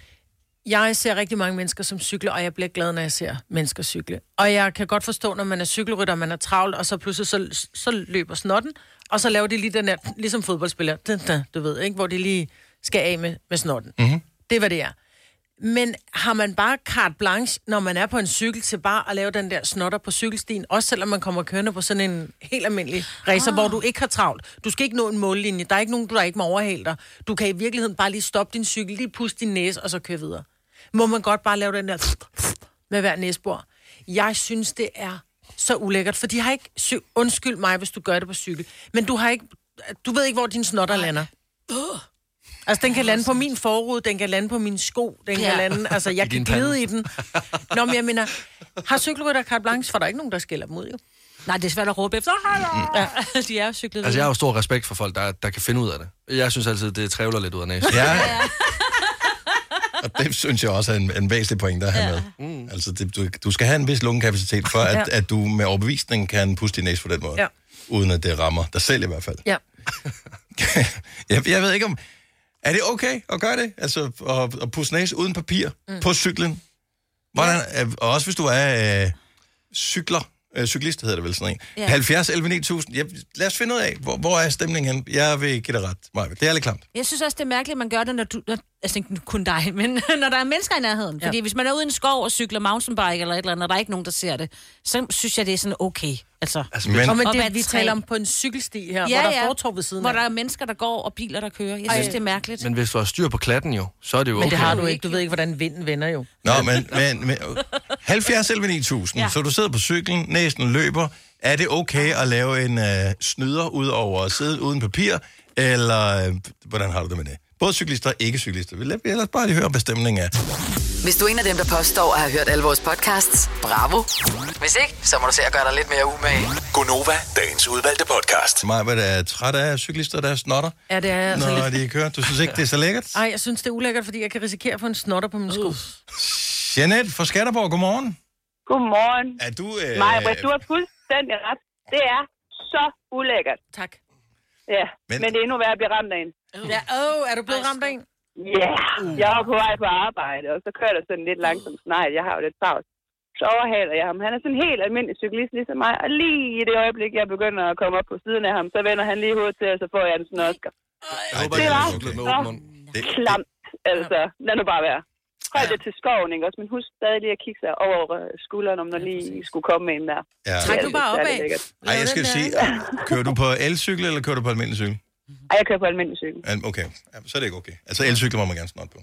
Jeg ser rigtig mange mennesker som cykler, og jeg bliver glad, når jeg ser mennesker cykle. Og jeg kan godt forstå, når man er cykelrytter, man er travlt, og så pludselig så, så løber snotten, Og så laver de lige den der, ligesom fodboldspillere, du ved, ikke? Hvor de lige skal af med, med snotten. Mm-hmm. Det er, hvad det er. Men har man bare carte blanche, når man er på en cykel, til bare at lave den der snotter på cykelstien, også selvom man kommer kørende på sådan en helt almindelig racer, ah. hvor du ikke har travlt. Du skal ikke nå en mållinje. Der er ikke nogen, der ikke må overhale dig. Du kan i virkeligheden bare lige stoppe din cykel, lige puste din næse, og så køre videre. Må man godt bare lave den der med hver næsebor. Jeg synes, det er så ulækkert, for de har ikke... Sy- Undskyld mig, hvis du gør det på cykel, men du har ikke... Du ved ikke, hvor din snotter lander. Altså, den kan lande på min forrude, den kan lande på min sko, den ja. kan lande... Altså, jeg kan glide i den. Nå, men jeg mener, har cykelrytter carte blanche, for der er ikke nogen, der skælder dem ud, jo? Nej, det er svært at råbe efter. Ja, de er jo cyklet. Altså, jeg har jo stor respekt for folk, der, der kan finde ud af det. Jeg synes altid, det trævler lidt ud af næsen. Ja. Og det synes jeg også er en, en væsentlig point, der er med. Mm. Altså, det, du, du skal have en vis lungekapacitet for, at, ja. at du med overbevisning kan puste din næse på den måde. Ja. Uden at det rammer dig selv i hvert fald. Ja. jeg, jeg ved ikke om... Er det okay at gøre det? Altså, at, at puste næse uden papir mm. på cyklen? Hvordan, ja. Og også hvis du er øh, cykler, øh, cyklist hedder det vel sådan en. Ja. halvfjerds elleve ni tusind. Ja, lad os finde ud af, hvor, hvor er stemningen hen? Jeg vil give det ret. Maja, det er lidt klamt. Jeg synes også, det er mærkeligt, at man gør det, når du... Når, altså ikke kun dig, men når der er mennesker i nærheden. Ja. Fordi hvis man er ude i en skov og cykler mountainbike eller et eller andet, og der er ikke nogen, der ser det, så synes jeg, det er sådan okay. Altså, altså men, og men det, vi taler om på en cykelsti her, ja, hvor der er fortov ved siden hvor af. der er mennesker, der går, og biler, der kører. Jeg synes, Ej. det er mærkeligt. Men hvis du har styr på klatten jo, så er det jo okay. Men det har du ikke. Du ved ikke, hvordan vinden vender jo. Nå, men, men, men halvfjerds elleve ni tusind, ja. Så du sidder på cyklen, næsten løber. Er det okay at lave en øh, snyder ud over at sidde uden papir, eller øh, hvordan har du det med det? Både cyklister og ikke-cyklister. Vi lader bare lige høre, hvad stemningen er. Hvis du er en af dem, der påstår at have hørt alle vores podcasts, bravo. Hvis ikke, så må du se at gøre dig lidt mere umage. Gonova, dagens udvalgte podcast. Maja, hvad er træt af cyklister, der er snotter? Ja, det er altså når lidt... de kører. Du synes ikke, det er så lækkert? Nej, jeg synes, det er ulækkert, fordi jeg kan risikere at få en snotter på min sko. Uh. Jeanette fra Skanderborg, godmorgen. Godmorgen. Er du... Øh... Maja, du har fuldstændig ret. Det er så ulækkert. Tak. Ja, men, men det er endnu værd at blive ramt af en. Ja, åh, er du blevet ramt af en? Ja, yeah. jeg var på vej på arbejde, og så kører der sådan lidt langsomt snart. Jeg har jo lidt travlt. Så overhaler jeg ham. Han er sådan en helt almindelig cyklist, ligesom mig. Og lige i det øjeblik, jeg begynder at komme op på siden af ham, så vender han lige hovedet til, og så får jeg en snosker. Det var så klamt, altså. Lad nu bare være. Hold det til skoven, ikke også? Men husk stadig lige at kigge sig over skulderen, om der lige skulle komme med en der. Ja. Træk du bare opad. Ej, jeg skal sige, kører du på elcykel, eller kører du på almindelig cykel? Ej, jeg kører på almindelig cykel. Okay, ja, så er det ikke okay. Altså, elcykler må man gerne snotte på.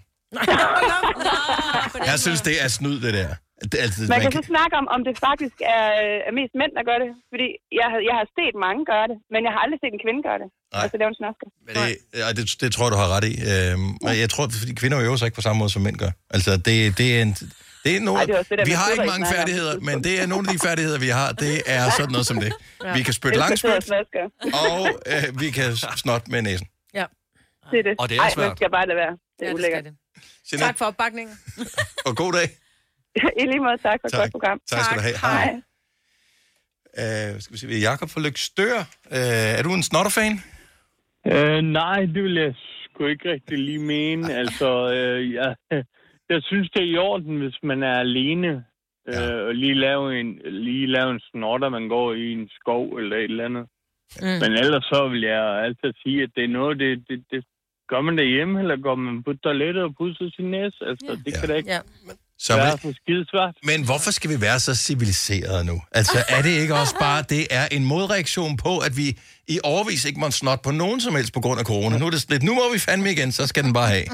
Jeg synes, det er snyd, det der. Det, altså, man, man kan, kan så snakke om, om det faktisk er, er mest mænd, der gør det. Fordi jeg, jeg har set mange gøre det, men jeg har aldrig set en kvinde gøre det. Nej. Altså lave en snosker. Det, ja, det, det tror jeg, du har ret i. Øhm, ja. Jeg tror, fordi kvinder øver sig ikke på samme måde, som mænd gør. Altså, det, det er en... Det er nogle, Ej, det er det, vi har ikke mange færdigheder, men det er nogle af de færdigheder, vi har. Det er sådan noget som det. Ja. Vi kan spytte langspyt, og øh, vi kan snotte med næsen. Ja. Det er det. Og det er Ej, svært. man skal bare lade være. Det er ja, ulækkert. Det tak for opbakningen. Og god dag. I lige måde, tak for et godt program. Tak skal du have. Hej. Uh, skal vi se, Jakob fra Løgstør. Uh, er du en snotter-fan? Uh, nej, det vil jeg sgu ikke rigtig lige mene. Altså, uh, jeg, jeg synes, det er i orden, hvis man er alene. Ja. Uh, og lige lave, en, lige lave en snotter, man går i en skov eller et eller andet. Mm. Men ellers så vil jeg altid sige, at det er noget, det, det, det gør man derhjemme, eller går man på toilettet og pudser sin næse. Altså, ja. det kan ja. da ikke... Ja. Så men, men hvorfor skal vi være så civiliserede nu? Altså, er det ikke også bare, det er en modreaktion på, at vi i overvis ikke må snotte på nogen som helst på grund af corona? Nu er det lidt, nu må vi fandme igen, så skal den bare have.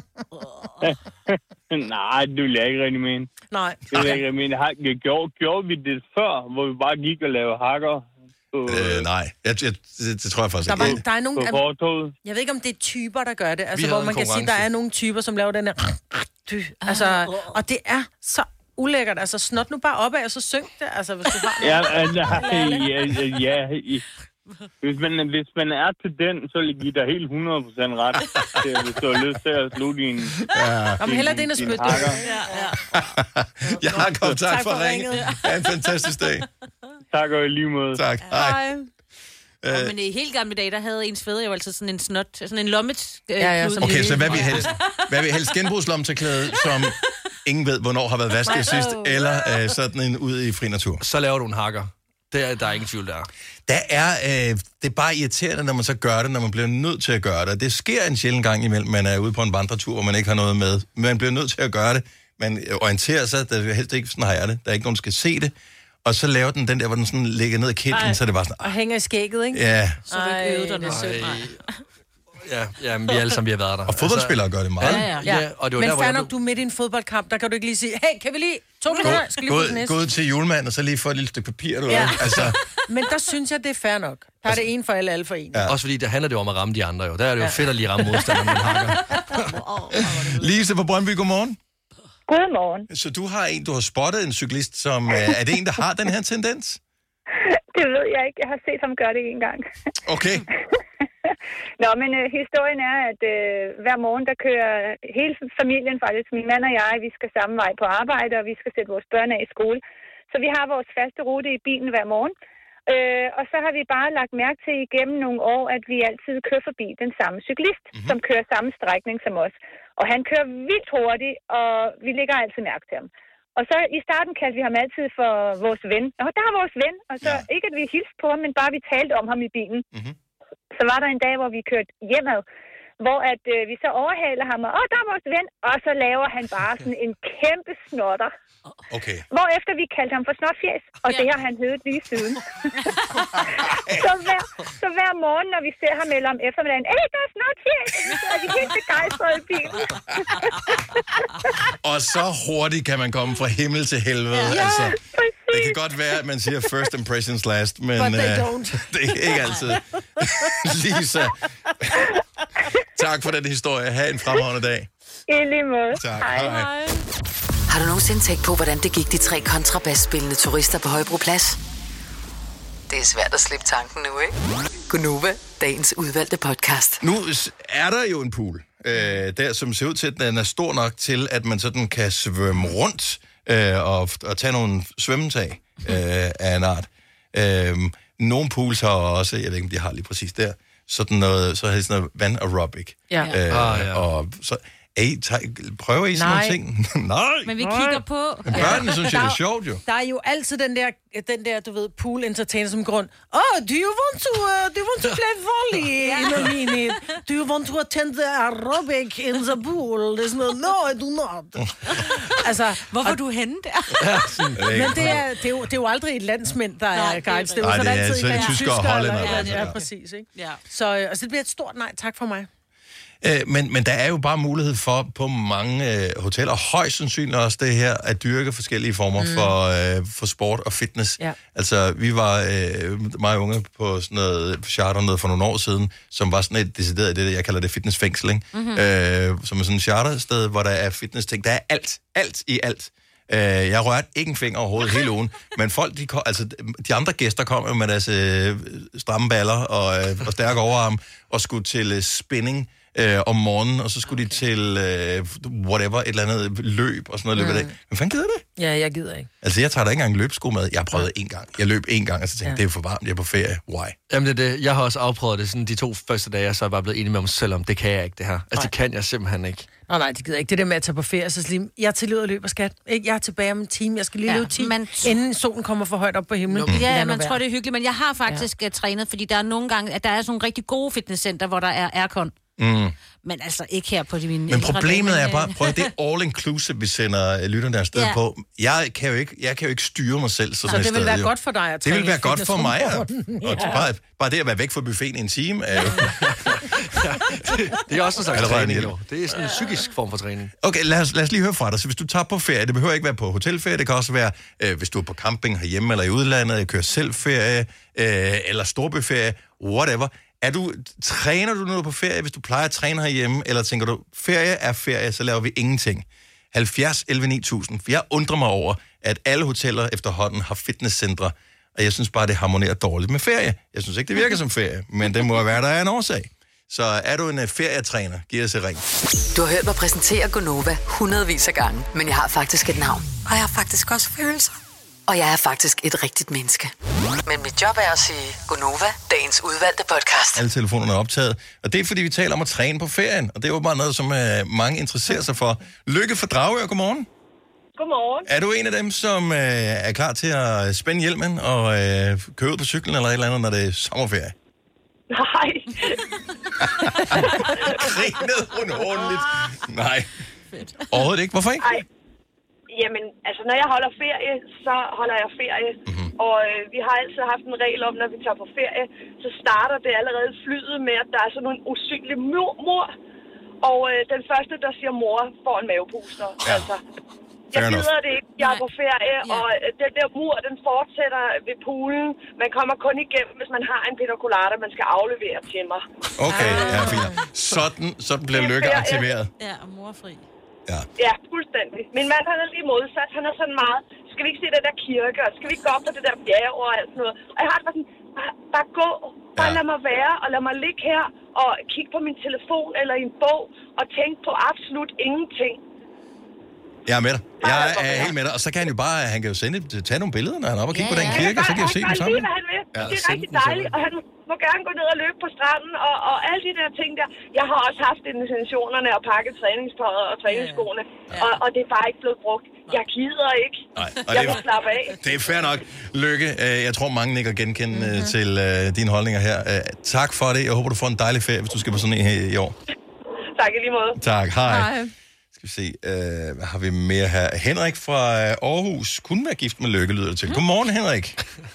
Nej, det vil jeg ikke rigtig mene. Nej. Det vil jeg ikke rigtig mene. Har, gjorde, gjorde vi det før, hvor vi bare gik og lavede hakker? Øh, nej, jeg, jeg, det, det tror jeg faktisk der ikke. Var, der er nogle, jeg ved ikke, om det er typer, der gør det. Altså, hvor man kan sige, der er nogle typer, som laver den her... Altså, og det er så ulækkert. Altså, snot nu bare opad, og så syng det, altså, hvis du har... ja, ja, ja, ja, ja. Hvis man, hvis man er til den, så vil jeg give dig helt hundrede procent ret. Hvis du har lyst til at slutte din... Ja. Om heller det, der spytte. Ja, ja. Jeg har kommet tak, tak for, for ringet. Ha' en fantastisk dag. Tak og i lige måde. Tak. Hej. Øh, oh, men i helt gamle dage, der havde ens fædre jo altid sådan en snot, sådan en lommet. Øh, ja, ja, okay, så hvad vi helst, hvad vi helst genbrugslommetørklæde, som ingen ved, hvornår har været vasket sidst, eller øh, sådan en ude i fri natur. Så laver du en hakker. Det er, der er ingen tvivl der. Der er, øh, det er bare irriterende, når man så gør det, når man bliver nødt til at gøre det. Det sker en sjældent gang imellem, man er ude på en vandretur, hvor man ikke har noget med. Man bliver nødt til at gøre det. Man orienterer sig, der er helst ikke, sådan har jeg det. Der er ikke nogen, der skal se det. Og så laver den den der, hvor den sådan ligger ned i kitlen, så er det bare sådan... Og hænger i skægget, ikke? Ja. Så du ikke øvet dig noget sødt, Ja, ja, men vi alle sammen, vi har været der. Og fodboldspillere gør det meget. Ja, ja. ja og det var men der, fair jeg... nok, du er midt i en fodboldkamp, der kan du ikke lige sige, hey, kan vi lige, to minutter, skal lige på den næste. Gå ud til julemanden, og så lige få et lille stykke papir, eller ja. altså... Men der synes jeg, det er fair nok. Der er det en for alle, alle for en. Ja. Også fordi, der handler det om at ramme de andre jo. Der er det jo ja. fedt at lige ramme modstanderen, man hakker. Lise fra Brøndby, godmorgen. Godmorgen. Så du har en, du har spottet en cyklist, som... Er det en, der har den her tendens? Det ved jeg ikke. Jeg har set ham gøre det en gang. Okay. Nå, men øh, historien er, at øh, hver morgen, der kører hele familien faktisk, min mand og jeg, vi skal samme vej på arbejde, og vi skal sætte vores børn af i skole. Så vi har vores faste rute i bilen hver morgen. Øh, og så har vi bare lagt mærke til igennem nogle år, at vi altid kører forbi den samme cyklist, mm-hmm. som kører samme strækning som os. Og han kører vildt hurtigt, og vi lægger altid mærke til ham. Og så i starten kaldte vi ham altid for vores ven. Og der er vores ven, og så ja. ikke at vi hilste på ham, men bare vi talte om ham i bilen. Mm-hmm. Så var der en dag, hvor vi kørte hjemad, hvor at, øh, vi så overhaler ham, og åh, der er vores ven, og så laver han bare sådan en kæmpe snotter. Okay. Hvorefter vi kaldte ham for snotfjæs, og ja. det har han heddet lige siden. så, hver, så hver morgen, når vi ser ham eller om eftermiddagen, hey, der er snotfjæs, så er de helt begejstrede i bilen. Og så hurtigt kan man komme fra himmel til helvede. Ja, altså, præcis. det kan godt være, at man siger first impressions last, men But they uh, don't. det er ikke altid. Lisa, tak for den historie. Ha' en fremragende dag. I lige måde. Tak. Hej. Hej. Har du nogensinde tænkt på, hvordan det gik de tre kontrabasspillende turister på Højbroplads? Det er svært at slippe tanken nu, ikke? Gunova, dagens udvalgte podcast. Nu er der jo en pool, øh, der som ser ud til, at den er stor nok til, at man sådan kan svømme rundt øh, og, og tage nogle svømmetag øh, af en art. Øh, nogle pools har også, jeg ved ikke, om de har lige præcis der, sådan noget, så har de sådan noget vand aerobic. Ja. Øh, Ah, ja. Og så... Ej, tager, prøver I sådan Nej. nogle ting? Nej. Men vi kigger på... Men børnene synes jeg, det er Der- sjovt jo. Der er jo altid den der, den der, du ved, pool entertainer som grund. Oh, do you want to, uh, do you want to play volley in a minute? Do you want to attend the aerobic in the pool? Det er sådan noget, no, I do not. altså, Hvorfor er du henne der? men det er, det, er jo, det er jo aldrig et landsmænd, der Nej, er guides. Det er jo Nej, sådan det er altid altså en tyskere og tysker hollændere, eller- altså. Ja, Ja. præcis, ikke? Ja. Så øh, altså, det bliver et stort nej, tak for mig. Øh, men, men der er jo bare mulighed for på mange øh, hoteller, højst sandsynligt også det her, at dyrke forskellige former mm. for, øh, for sport og fitness. Ja. Altså, vi var øh, meget unge på sådan noget charter noget for nogle år siden, som var sådan et decideret, det jeg kalder det fitnessfængsel, ikke? Mm-hmm. Øh, som er sådan et chartersted, hvor der er fitness-ting. Der er alt, alt i alt. Øh, jeg rørte ikke en finger overhovedet hele ugen, men folk, de, kom, altså, de andre gæster kom jo med deres øh, stramme baller og, øh, og stærke overarm og skulle til øh, spinning øh, om morgenen, og så skulle okay. de til øh, whatever, et eller andet løb og sådan noget mm. løbet af dag. Men fanden gider det? Ja, jeg gider ikke. Altså, jeg tager da ikke engang løbsko med. Jeg har prøvet én gang. Jeg løb én gang, og så tænkte jeg, Ja. det er for varmt, jeg er på ferie. Why? Jamen det er det. Jeg har også afprøvet det sådan de to første dage, og så er jeg bare blevet enig med mig selv om, det kan jeg ikke, det her. Altså, det kan jeg simpelthen ikke. Nå nej, det gider jeg ikke. Det der med at tage på ferie, så slim. Jeg er til løb og løber, skat. Ikke? Jeg er tilbage om en time. Jeg skal lige Ja, ja, løbe ti, man- inden solen kommer for højt op på himlen. Ja, Lad ja, nu man være. tror, det er hyggeligt, men jeg har faktisk ja. trænet, fordi der er nogle gange, at der er sådan nogle rigtig gode fitnesscenter, hvor der er aircon. Mm. Men altså ikke her på de mine... Men problemet er bare, prøv at det er all-inclusive, vi sender lytterne afsted Ja. på. Jeg kan, jo ikke, jeg kan jo ikke styre mig selv sådan Så et det sted. vil være jo. godt for dig at Det træne vil være i godt for mig. Ja. fitnessrummet. Og bare, bare det at være væk fra buffeten i en time er jo... Det er også en slags Allerede træning, en jo. Det er sådan en psykisk form for træning. Okay, lad os, lad os lige høre fra dig. Så hvis du tager på ferie, det behøver ikke være på hotelferie, det kan også være, øh, hvis du er på camping herhjemme eller i udlandet, kører selv ferie, øh, eller storbyferie, whatever. Er du, træner du noget på ferie, hvis du plejer at træne herhjemme, eller tænker du, ferie er ferie, så laver vi ingenting? halvfjerds elleve ni tusind. Jeg undrer mig over, at alle hoteller efterhånden har fitnesscentre, og jeg synes bare, det harmonerer dårligt med ferie. Jeg synes ikke, det virker som ferie, men det må være, der er en årsag. Så er du en uh, ferietræner, giv os et ring. Du har hørt mig præsentere Gunova hundredvis af gange, men jeg har faktisk et navn. Og jeg har faktisk også følelser. Og jeg er faktisk et rigtigt menneske. Men mit job er at sige Gunova, dagens udvalgte podcast. Alle telefonerne er optaget, og det er, fordi vi taler om at træne på ferien, og det er jo bare noget, som uh, mange interesserer sig for. Lykke for Dragør, godmorgen. Godmorgen. Er du en af dem, som øh, er klar til at spænde hjelmen og øh, køre ud på cyklen eller et eller andet, når det er sommerferie? Nej. Grinede hun ordentligt? Nej. Overhovedet ikke. Hvorfor ikke? Nej. Jamen, altså, når jeg holder ferie, så holder jeg ferie. Mm-hmm. Og øh, vi har altid haft en regel om, når vi tager på ferie, så starter det allerede flyet med, at der er sådan nogle usynlige mor. mor. Og øh, den første, der siger mor, får en mavepuster. Ja. Altså, jeg gider det ikke. Jeg er på ferie, ja. Og øh, den der mur, den fortsætter ved poolen. Man kommer kun igennem, hvis man har en pina colada, man skal aflevere til mig. Okay, ja, fint. Sådan, sådan bliver Lykke aktiveret. Ja, og morfri. Ja. Ja, fuldstændig. Min mand, han er lige modsat. Han er sådan meget, skal vi ikke se den der kirke, og skal vi ikke gå op på det der bjerg og alt sådan noget. Og jeg har det bare sådan, bare, bare gå, bare ja. Lad mig være, og lad mig ligge her, og kigge på min telefon eller i en bog, og tænke på absolut ingenting. Jeg er med dig. Jeg er helt med dig. Og så kan han jo bare, han kan jo sende, tage nogle billeder, når han er oppe og kigge ja, på den kirke, og så kan jeg jo se dem sammen. Han kan lige, hvad han vil. Ja, det er rigtig dejligt, og han må gerne gå ned og løbe på stranden, og, og alle de der ting der. Jeg har også haft intentionerne og pakket træningstøjet og træningsskoene, ja. og, og det er bare ikke blevet brugt. Jeg gider ikke. Nej, jeg må slappe af. Det er fair nok. Lykke, jeg tror mange nikker genkendende mm-hmm. til uh, dine holdninger her. Uh, tak for det. Jeg håber, du får en dejlig ferie, hvis du skal på sådan en her i år. Tak i lige måde. Tak. Hej. Hej. Skal vi se, uh, hvad har vi mere her? Henrik fra Aarhus kunne være gift med Lykke, lyder det til. Godmorgen, Henrik.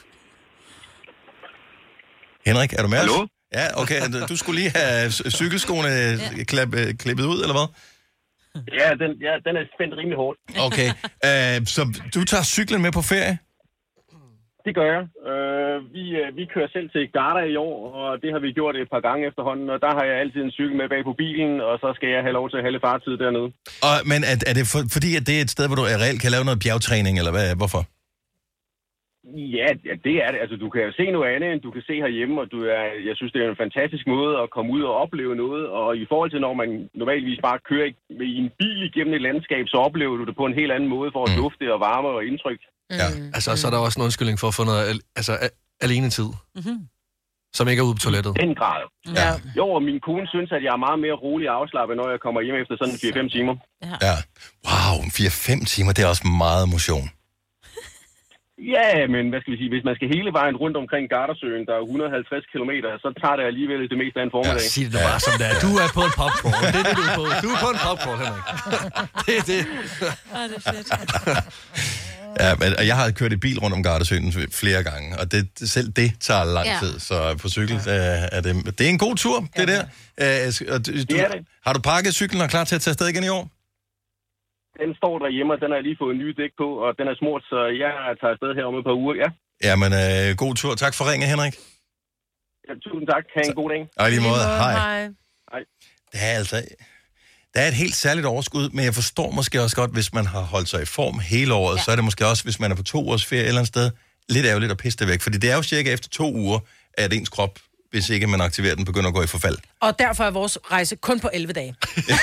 Henrik, er du med Hallo? os? Ja, okay. Du skulle lige have cykelskoene klip, klippet ud, eller hvad? Ja, den, ja, den er spændt rimelig hårdt. Okay, uh, så du tager cyklen med på ferie? Det gør jeg. Uh, vi, uh, vi kører selv til Garda i år, og det har vi gjort et par gange efterhånden, og der har jeg altid en cykel med bag på bilen, og så skal jeg have lov til at have lidt fartid dernede. Og, men er, er det for, fordi, at det er et sted, hvor du reelt kan lave noget bjergtræning, eller hvad? Hvorfor? Ja, det er det. Altså, du kan jo se noget andet, end du kan se herhjemme, og du er, jeg synes, det er en fantastisk måde at komme ud og opleve noget, og i forhold til, når man normalvis bare kører i en bil igennem et landskab, så oplever du det på en helt anden måde for at dufte og varme og indtryk. Ja, altså, så er der også en undskyldning for at få noget altså, alene tid, mm-hmm. som ikke er ude på toilettet. Den grad. Ja. Jo, og min kone synes, at jeg er meget mere rolig og afslappet, når jeg kommer hjem efter sådan fire fem timer. Ja. ja. Wow, fire fem timer, det er også meget motion. Ja, men hvad skal vi sige, hvis man skal hele vejen rundt omkring Gardasøen, der er et hundrede og halvtreds kilometer, så tager det alligevel det meste af en formiddag. Ja, sig det bare som det er. Du er på en popcorn. Det er det, du er på. Du er på en popcorn, Henrik. Det er det. Ah, det er fedt. Ja, men jeg har kørt i bil rundt om Gardasøen flere gange, og det, selv det tager lang ja. tid. Så på cykel øh, er det, det er en god tur, det ja. der. Øh, du, det er det. Har du pakket cyklen og klar til at tage afsted igen i år? Den står derhjemme, og den har jeg lige fået en ny dæk på, og den er smurt, så jeg tager afsted her om et par uger, ja. Ja, men øh, god tur. Tak for ringe, Henrik. Ja, tusind tak. Ha' en god dag. Og i lige måde, hej. Hej. Det er altså... Der er et helt særligt overskud, men jeg forstår måske også godt, hvis man har holdt sig i form hele året, ja. Så er det måske også, hvis man er på to ugers ferie et eller andet sted, lidt ærgerligt at pisse det væk. Fordi det er jo cirka efter to uger, at ens krop, hvis ikke man aktiverer den, begynder at gå i forfald. Og derfor er vores rejse kun på elleve dage.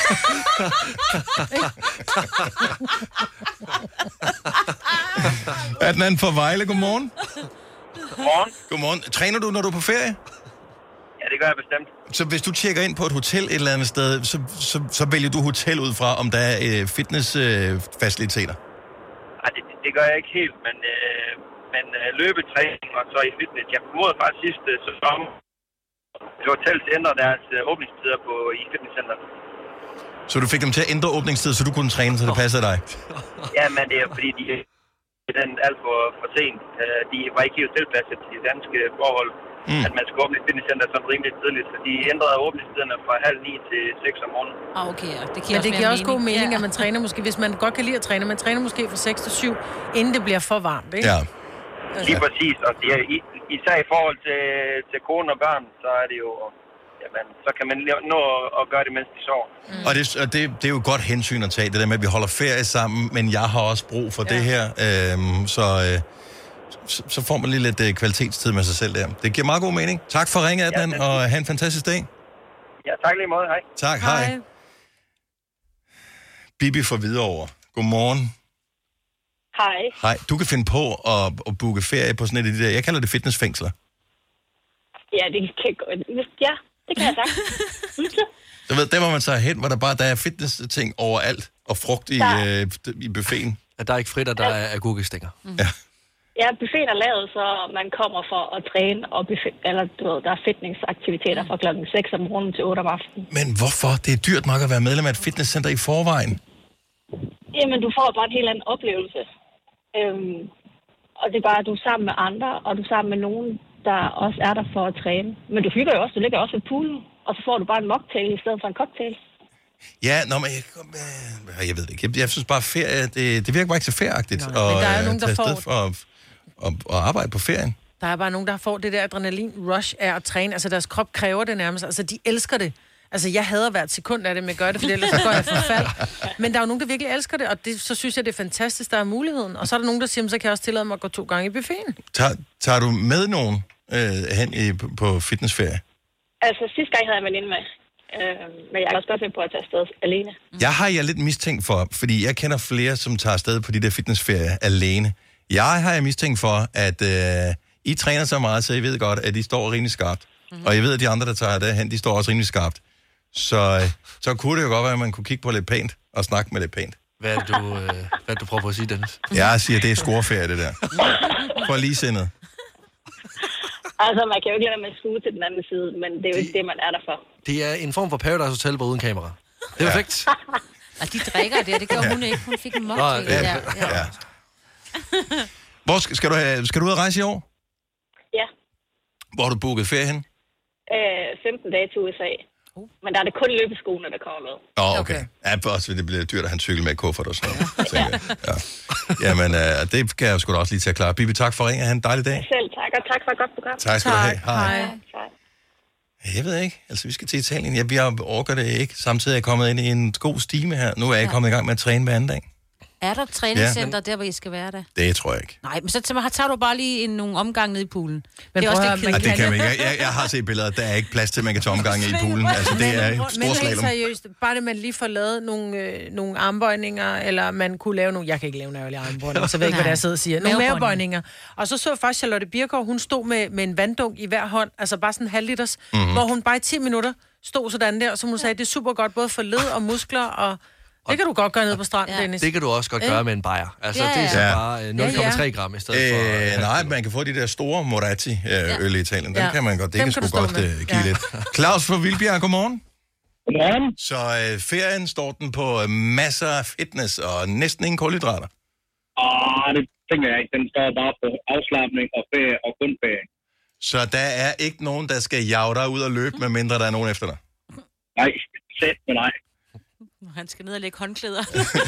Adnan fra Vejle, godmorgen. Godmorgen. Godmorgen. Træner du, når du er på ferie? Ja, det gør jeg bestemt. Så hvis du tjekker ind på et hotel et eller andet sted, så, så, så vælger du hotel ud fra, om der er øh, fitnessfaciliteter? Øh, Nej, det, det gør jeg ikke helt, men, øh, men øh, løbetræning og så i fitness. Jeg formoder faktisk sidste sæson, at hotels ændrer deres øh, åbningstider på, i fitnesscenteret. Så du fik dem til at ændre åbningstid, så du kunne træne, så det passer dig? Ja, men det er fordi, de er den alt for, for sent. De var ikke helt tilpasset til de danske forhold. Mm. At man skal åbne et fitnesscenter sådan rimelig tidligt, så de ændrede åbningstiderne fra halv ni til seks om morgenen. Ah, okay, ja. Det Men det giver også god mening, ja. At man træner måske, hvis man godt kan lide at træne, man træner måske fra seks til syv, inden det bliver for varmt, ikke? Ja. Altså. Lige præcis, og det er, især i forhold til, til kone og børn, så er det jo, jamen, så kan man nå at gøre det, mens de sover. Mm. Og, det, og det, det er jo et godt hensyn at tage, det der med, at vi holder ferie sammen, men jeg har også brug for ja. det her, øhm, så... Øh, Så, så får man lige lidt uh, kvalitetstid med sig selv der. Det giver meget god mening. Tak for ringet, Adnan, ja, og have en fantastisk dag. Ja, tak lige måde. Hej. Tak, hej. hej. Bibi fra Hvidovre. Godmorgen. Hej. Hej. Du kan finde på at, at booke ferie på sådan et af de der, jeg kalder det fitnessfængsler. Ja, det kan ja, det kan jeg sagt. Du ved, der hvor man tager hen, hvor der bare der er fitness-ting overalt, og frugt i, øh, i buffeten. At der er ikke fritter, der er agurkestænger. Mm. Ja. Ja, buffeten er lavet, så man kommer for at træne, og buffet, eller, du ved, der er fitnessaktiviteter fra klokken seks om morgenen til otte om aftenen. Men hvorfor? Det er dyrt nok at være medlem af et fitnesscenter i forvejen. Jamen, du får bare en helt anden oplevelse. Øhm, og det er bare, at du er sammen med andre, og du er sammen med nogen, der også er der for at træne. Men du hygger jo også, du ligger også ved poolen, og så får du bare en mocktail i stedet for en cocktail. Ja, nå, men jeg, jeg ved det ikke. Jeg, jeg synes bare, ferie, det, det virker bare ikke så ferieagtigt at tage afsted for at, at, at arbejde på ferien. Der er bare nogen, der får det der adrenalin-rush af at træne. Altså, deres krop kræver det nærmest. Altså, de elsker det. Altså, jeg hader hvert sekund af det, men jeg gør det, for ellers så går jeg forfald. Men der er jo nogen, der virkelig elsker det, og det, så synes jeg, det er fantastisk, der er muligheden. Og så er der nogen, der siger, så kan jeg også tillade mig at gå to gange i buffeten. Tager, tager du med nogen øh, hen i, på fitnessferie? Altså, sidste gang havde jeg en veninde med. Øh, men jeg er også godt ved på at tage afsted alene. Jeg har jeg lidt mistænkt for, fordi jeg kender flere, som tager afsted på de der fitnessferier alene. Jeg har jeg mistænkt for, at øh, I træner så meget, så I ved godt, at I står rimelig skarpt. Mm-hmm. Og jeg ved, at de andre, der tager derhen, de står også rimelig skarpt. Så, så kunne det jo godt være, at man kunne kigge på lidt pænt og snakke med lidt pænt. Hvad er det, du, øh, hvad er det, du prøver på at sige, Dennis? Jeg siger, det er scoreferie, det der. For ligesindet. Altså, man kan jo ikke lade med at skue til den anden side, men det er jo ikke det, man er der for. Det er en form for Paradise Hotel, bare uden kamera. Det er ja. Perfekt. Og de drikker det, det gjorde hun ikke. Hun fik en mocktail ja, der. Ja. Ja. Hvor skal, skal, du have, skal du ud at rejse i år? Ja. Hvor har du booket ferie hen? Øh, femten dage til U S A. Uh. Men der er det kun løbeskoene, der kommer med. Åh, oh, okay. okay. Ja, også det bliver dyrt at have en cykel med kuffert og sådan noget. Ja. Ja. Jamen, uh, det kan jeg sgu da også lige til at klare. Bibi, tak for ringen. Ha' en dejlig dag. Selv tak, og tak for et godt program. Tak skal tak. du have. Hej. Hej. Jeg ved ikke. Altså, vi skal til Italien. Jeg, jeg orker det ikke. Samtidig er jeg kommet ind i en god stime her. Nu er jeg ja. kommet i gang med at træne hver anden dag. Er der et træningscenter, ja. der hvor I skal være der? Det tror jeg ikke. Nej, men så tager du bare lige en, nogle omgang ned i poolen. Men det er også det, ja, det kan man ikke. Jeg, jeg, jeg har set billeder, der er ikke plads til, at man kan tage omgange i poolen. Altså, det er en stor men slalom. helt seriøst, bare det, man lige får lavet nogle, øh, nogle armbøjninger, eller man kunne lave nogle... Jeg kan ikke lave nogle armbøjninger, så ved jeg ikke, hvad jeg sidder og siger. Nogle mavebøjninger. Og så så jeg faktisk Charlotte Birkow, hun stod med, med en vanddunk i hver hånd, altså bare sådan en halv liters, mm-hmm. hvor hun bare i ti minutter stod sådan der, og så hun sagde, det er super godt, både for led og muskler og... Det kan du godt gøre nede på stranden, ja. Dennis. Det kan du også godt gøre med en bajer. Altså, ja, ja. det er så bare nul komma tre gram i stedet for... Øh, nej, man kan få de der store Moratti-øl i Italien. Dem ja. kan man godt. Det Dem kan sgu godt uh, give ja. lidt. Claus fra Vildbjerg, godmorgen. Godmorgen. Så øh, ferien står den på øh, masser af fitness og næsten ingen kulhydrater. Åh, det tænker jeg ikke. Den står bare på afslapning og ferie og kun ferie. Så der er ikke nogen, der skal jage dig ud og løbe, medmindre der er nogen efter dig? Nej, sæt med nej. Han skal ned og lægge håndklæder.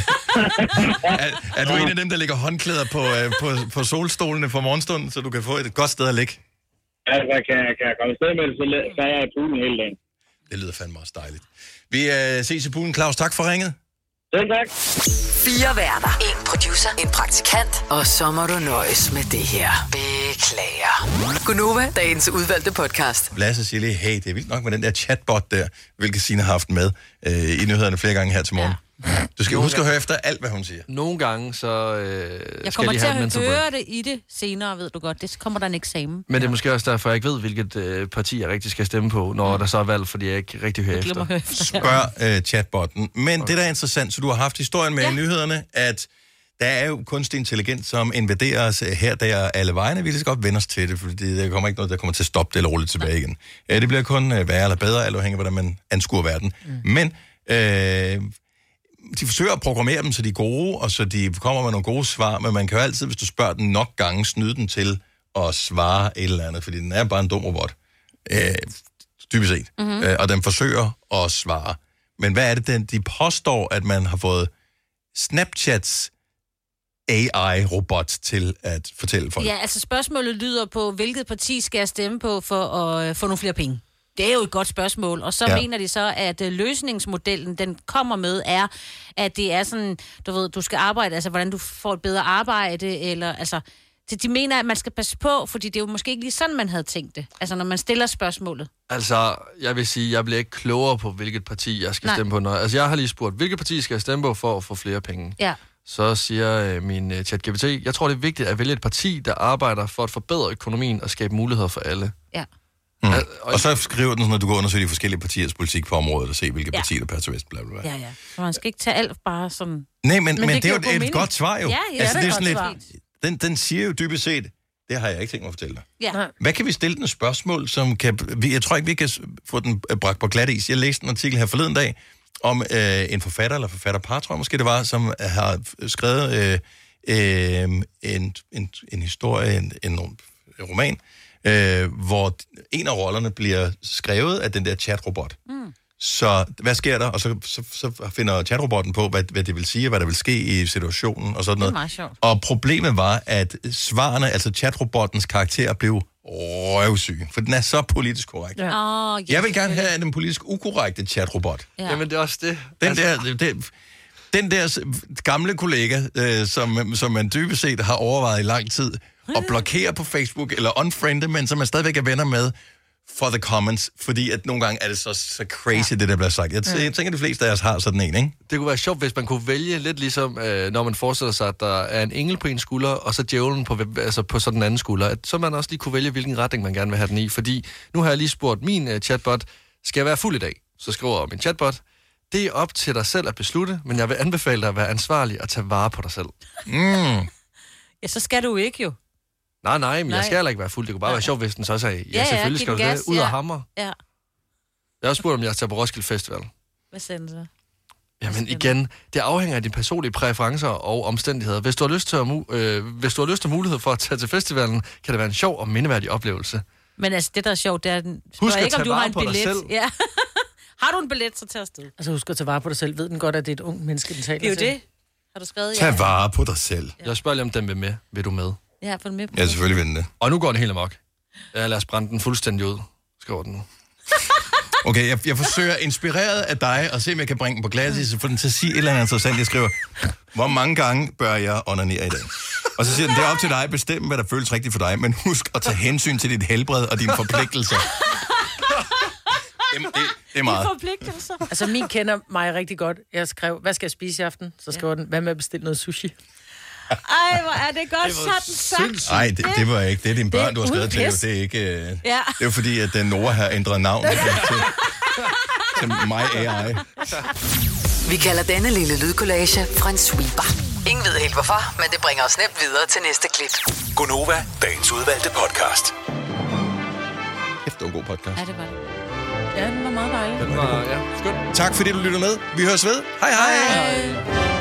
er, er du en af dem, der lægger håndklæder på, øh, på, på solstolene for morgenstunden, så du kan få et godt sted at ligge? Ja, så kan, kan jeg komme afsted med det, så, så er jeg i poolen hele dagen. Det lyder fandme også dejligt. Vi øh, ses i poolen. Claus, tak for ringet. Selv tak. Fire værter. En producer. En praktikant. Og så må du nøjes med det her. Beklager. Gunova, dagens udvalgte podcast. Lasse siger lige, hey, det er vildt nok med den der chatbot der, hvilket Signe har haft med øh, i nyhederne flere gange her til morgen. Ja. Du skal huske at høre efter alt, hvad hun siger. Nogle gange, så øh, jeg kommer til at høre det i det senere, ved du godt. Det kommer der en eksamen. Men det er måske også derfor, jeg ikke ved, hvilket øh, parti jeg rigtig skal stemme på, når der så er valg, fordi jeg ikke rigtig hører efter. efter. Spørg øh, chatbotten. Men okay. Det, der er interessant, så du har haft historien med ja. i nyhederne, at der er jo kunstig intelligens, som invaderer os her, der er alle vejene. Vi kan godt vende os til det, fordi der kommer ikke noget, der kommer til at stoppe det eller rulle tilbage igen. Ja, det bliver kun øh, værre eller bedre, alt afhængig af, hvordan man anskuer verden. Mm. Men øh, de forsøger at programmere dem, så de er gode, og så de kommer med nogle gode svar, men man kan jo altid, hvis du spørger den nok gange, snyde den til at svare et eller andet, fordi den er bare en dum robot. Øh, dybest set. Mm-hmm. Øh, og den forsøger at svare. Men hvad er det, den, de påstår, at man har fået Snapchats A I-robot til at fortælle folk? Ja, altså spørgsmålet lyder på, hvilket parti skal jeg stemme på for at få nogle flere penge? Det er jo et godt spørgsmål, og så ja. mener de så, at løsningsmodellen, den kommer med, er, at det er sådan, du ved, du skal arbejde, altså hvordan du får et bedre arbejde, eller altså, de mener, at man skal passe på, fordi det er jo måske ikke lige sådan, man havde tænkt det, altså når man stiller spørgsmålet. Altså, jeg vil sige, jeg bliver ikke klogere på, hvilket parti jeg skal Nej. stemme på. Når, altså, jeg har lige spurgt, hvilket parti skal jeg stemme på for at få flere penge? Ja. Så siger øh, min øh, ChatGPT, jeg tror, det er vigtigt at vælge et parti, der arbejder for at forbedre økonomien og skabe muligheder for alle. Ja. Mm. Og, og så skriver den sådan, at du går undersøge de forskellige partiers politik på området og se, hvilke Ja. partier der passer bedst, bla bla bla. Ja, ja. Så man skal ikke tage alt bare sådan... Nej, men, men, men det, det er jo giver et, god et mening. godt svar jo. Ja, ja, altså, det er det er et sådan godt lidt, den, den siger jo dybest set, det har jeg ikke tænkt mig at fortælle dig. Ja. Hvad kan vi stille den spørgsmål, som kan... vi- Jeg tror ikke, vi kan s- få den øh, bragt på glat is. Jeg læste en artikel her forleden dag om øh, en forfatter, eller forfatterpar, tror jeg måske det var, som har skrevet øh, øh, en, en, en historie, en, en, en roman, øh, hvor en af rollerne bliver skrevet af den der chatrobot. Mm. Så hvad sker der? Og så, så, så finder chatrobotten på, hvad, hvad det vil sige, hvad der vil ske i situationen og sådan Det er noget. meget sjovt. Og problemet var, at svarene, altså chatrobottens karakter, blev røvsyge, for den er så politisk korrekt. Ja. Oh, ja, Jeg vil gerne have den politisk ukorrekte chatrobot. Ja. Jamen, det er også det. Den der... Det, den der s- gamle kollega, øh, som, som man dybest set har overvejet i lang tid, at blokere på Facebook eller unfriende, men som man stadigvæk er venner med for the comments, fordi at nogle gange er det så, så crazy, ja. det der bliver sagt. Jeg, t- jeg tænker, de fleste af os har sådan en, ikke? Det kunne være sjovt, hvis man kunne vælge lidt ligesom, øh, når man forestiller sig, at der er en engel på en skulder, og så djævlen på, altså på sådan en anden skulder. At, så man også lige kunne vælge, hvilken retning man gerne vil have den i. Fordi nu har jeg lige spurgt min øh, chatbot, skal jeg være fuld i dag? Så skriver min chatbot, det er op til dig selv at beslutte, men jeg vil anbefale dig at være ansvarlig og tage vare på dig selv. Mm. Ja, så skal du ikke jo. Nej, nej, men Nej. jeg skal heller ikke være fuld. Det kunne bare være sjovt, hvis den så sagde, ja, Ja, ja, selvfølgelig giv skal den du gas, det. Ud ja. af hammer. Ja. Jeg har også spurgt, om jeg tager på Roskilde Festival. Hvad sagde den så? Jamen igen, det afhænger af dine personlige præferencer og omstændigheder. Hvis du har lyst til, at mu- øh, hvis du har lyst til mulighed for at tage til festivalen, kan det være en sjov og mindeværdig oplevelse. Men altså, det der er sjovt, det er, den Husk spørger at ikke, om tage du har vare en på dig billet. selv. Ja. Har du en billet, så tag afsted. Altså husk at tage vare på dig selv. Ved den godt, at det er et ung menneske, den taler Det er jo til? det. Har du skrevet? Tag vare på dig selv. Jeg spørger lige, om den vil med. Vil du med? Ja, få den med på. Ja, selvfølgelig vil den det. Og nu går den helt amok. Ja, lad os brænde den fuldstændig ud. Skriver den nu. Okay, jeg, jeg forsøger inspireret af dig, og se, om jeg kan bringe den på glas, så få den til at sige et eller andet interessant. Jeg skriver, hvor mange gange bør jeg onanere i dag? Og så siger den, det er op til dig at bestemme, hvad der føles rigtigt for dig, men husk at tage hensyn til dit helbred og dine forpligtelser. Det, det, det er meget. Forpligtelser. Altså, min kender mig rigtig godt. Jeg skrev, hvad skal jeg spise i aften? Så skriver den, hvad med at bestille noget sushi? Ej, hvor er det godt sådan sagt. Nej, det, det var ikke. Det er dine børn, Det er du har skrevet til. udpis. Det er ikke... Uh... Ja. Det er jo fordi, at den Nora har ændret navn til, til mig A I. Vi kalder denne lille lydkollage en sweeper. Ingen ved helt hvorfor, men det bringer os nemt videre til næste klip. Gonova, dagens udvalgte podcast. Kæft, det var en god podcast. Ja, det var det. Ja, den var meget dejlig. Den var, ja, skønt. Tak fordi du lytter med. Vi høres ved. Hej hej. Hej.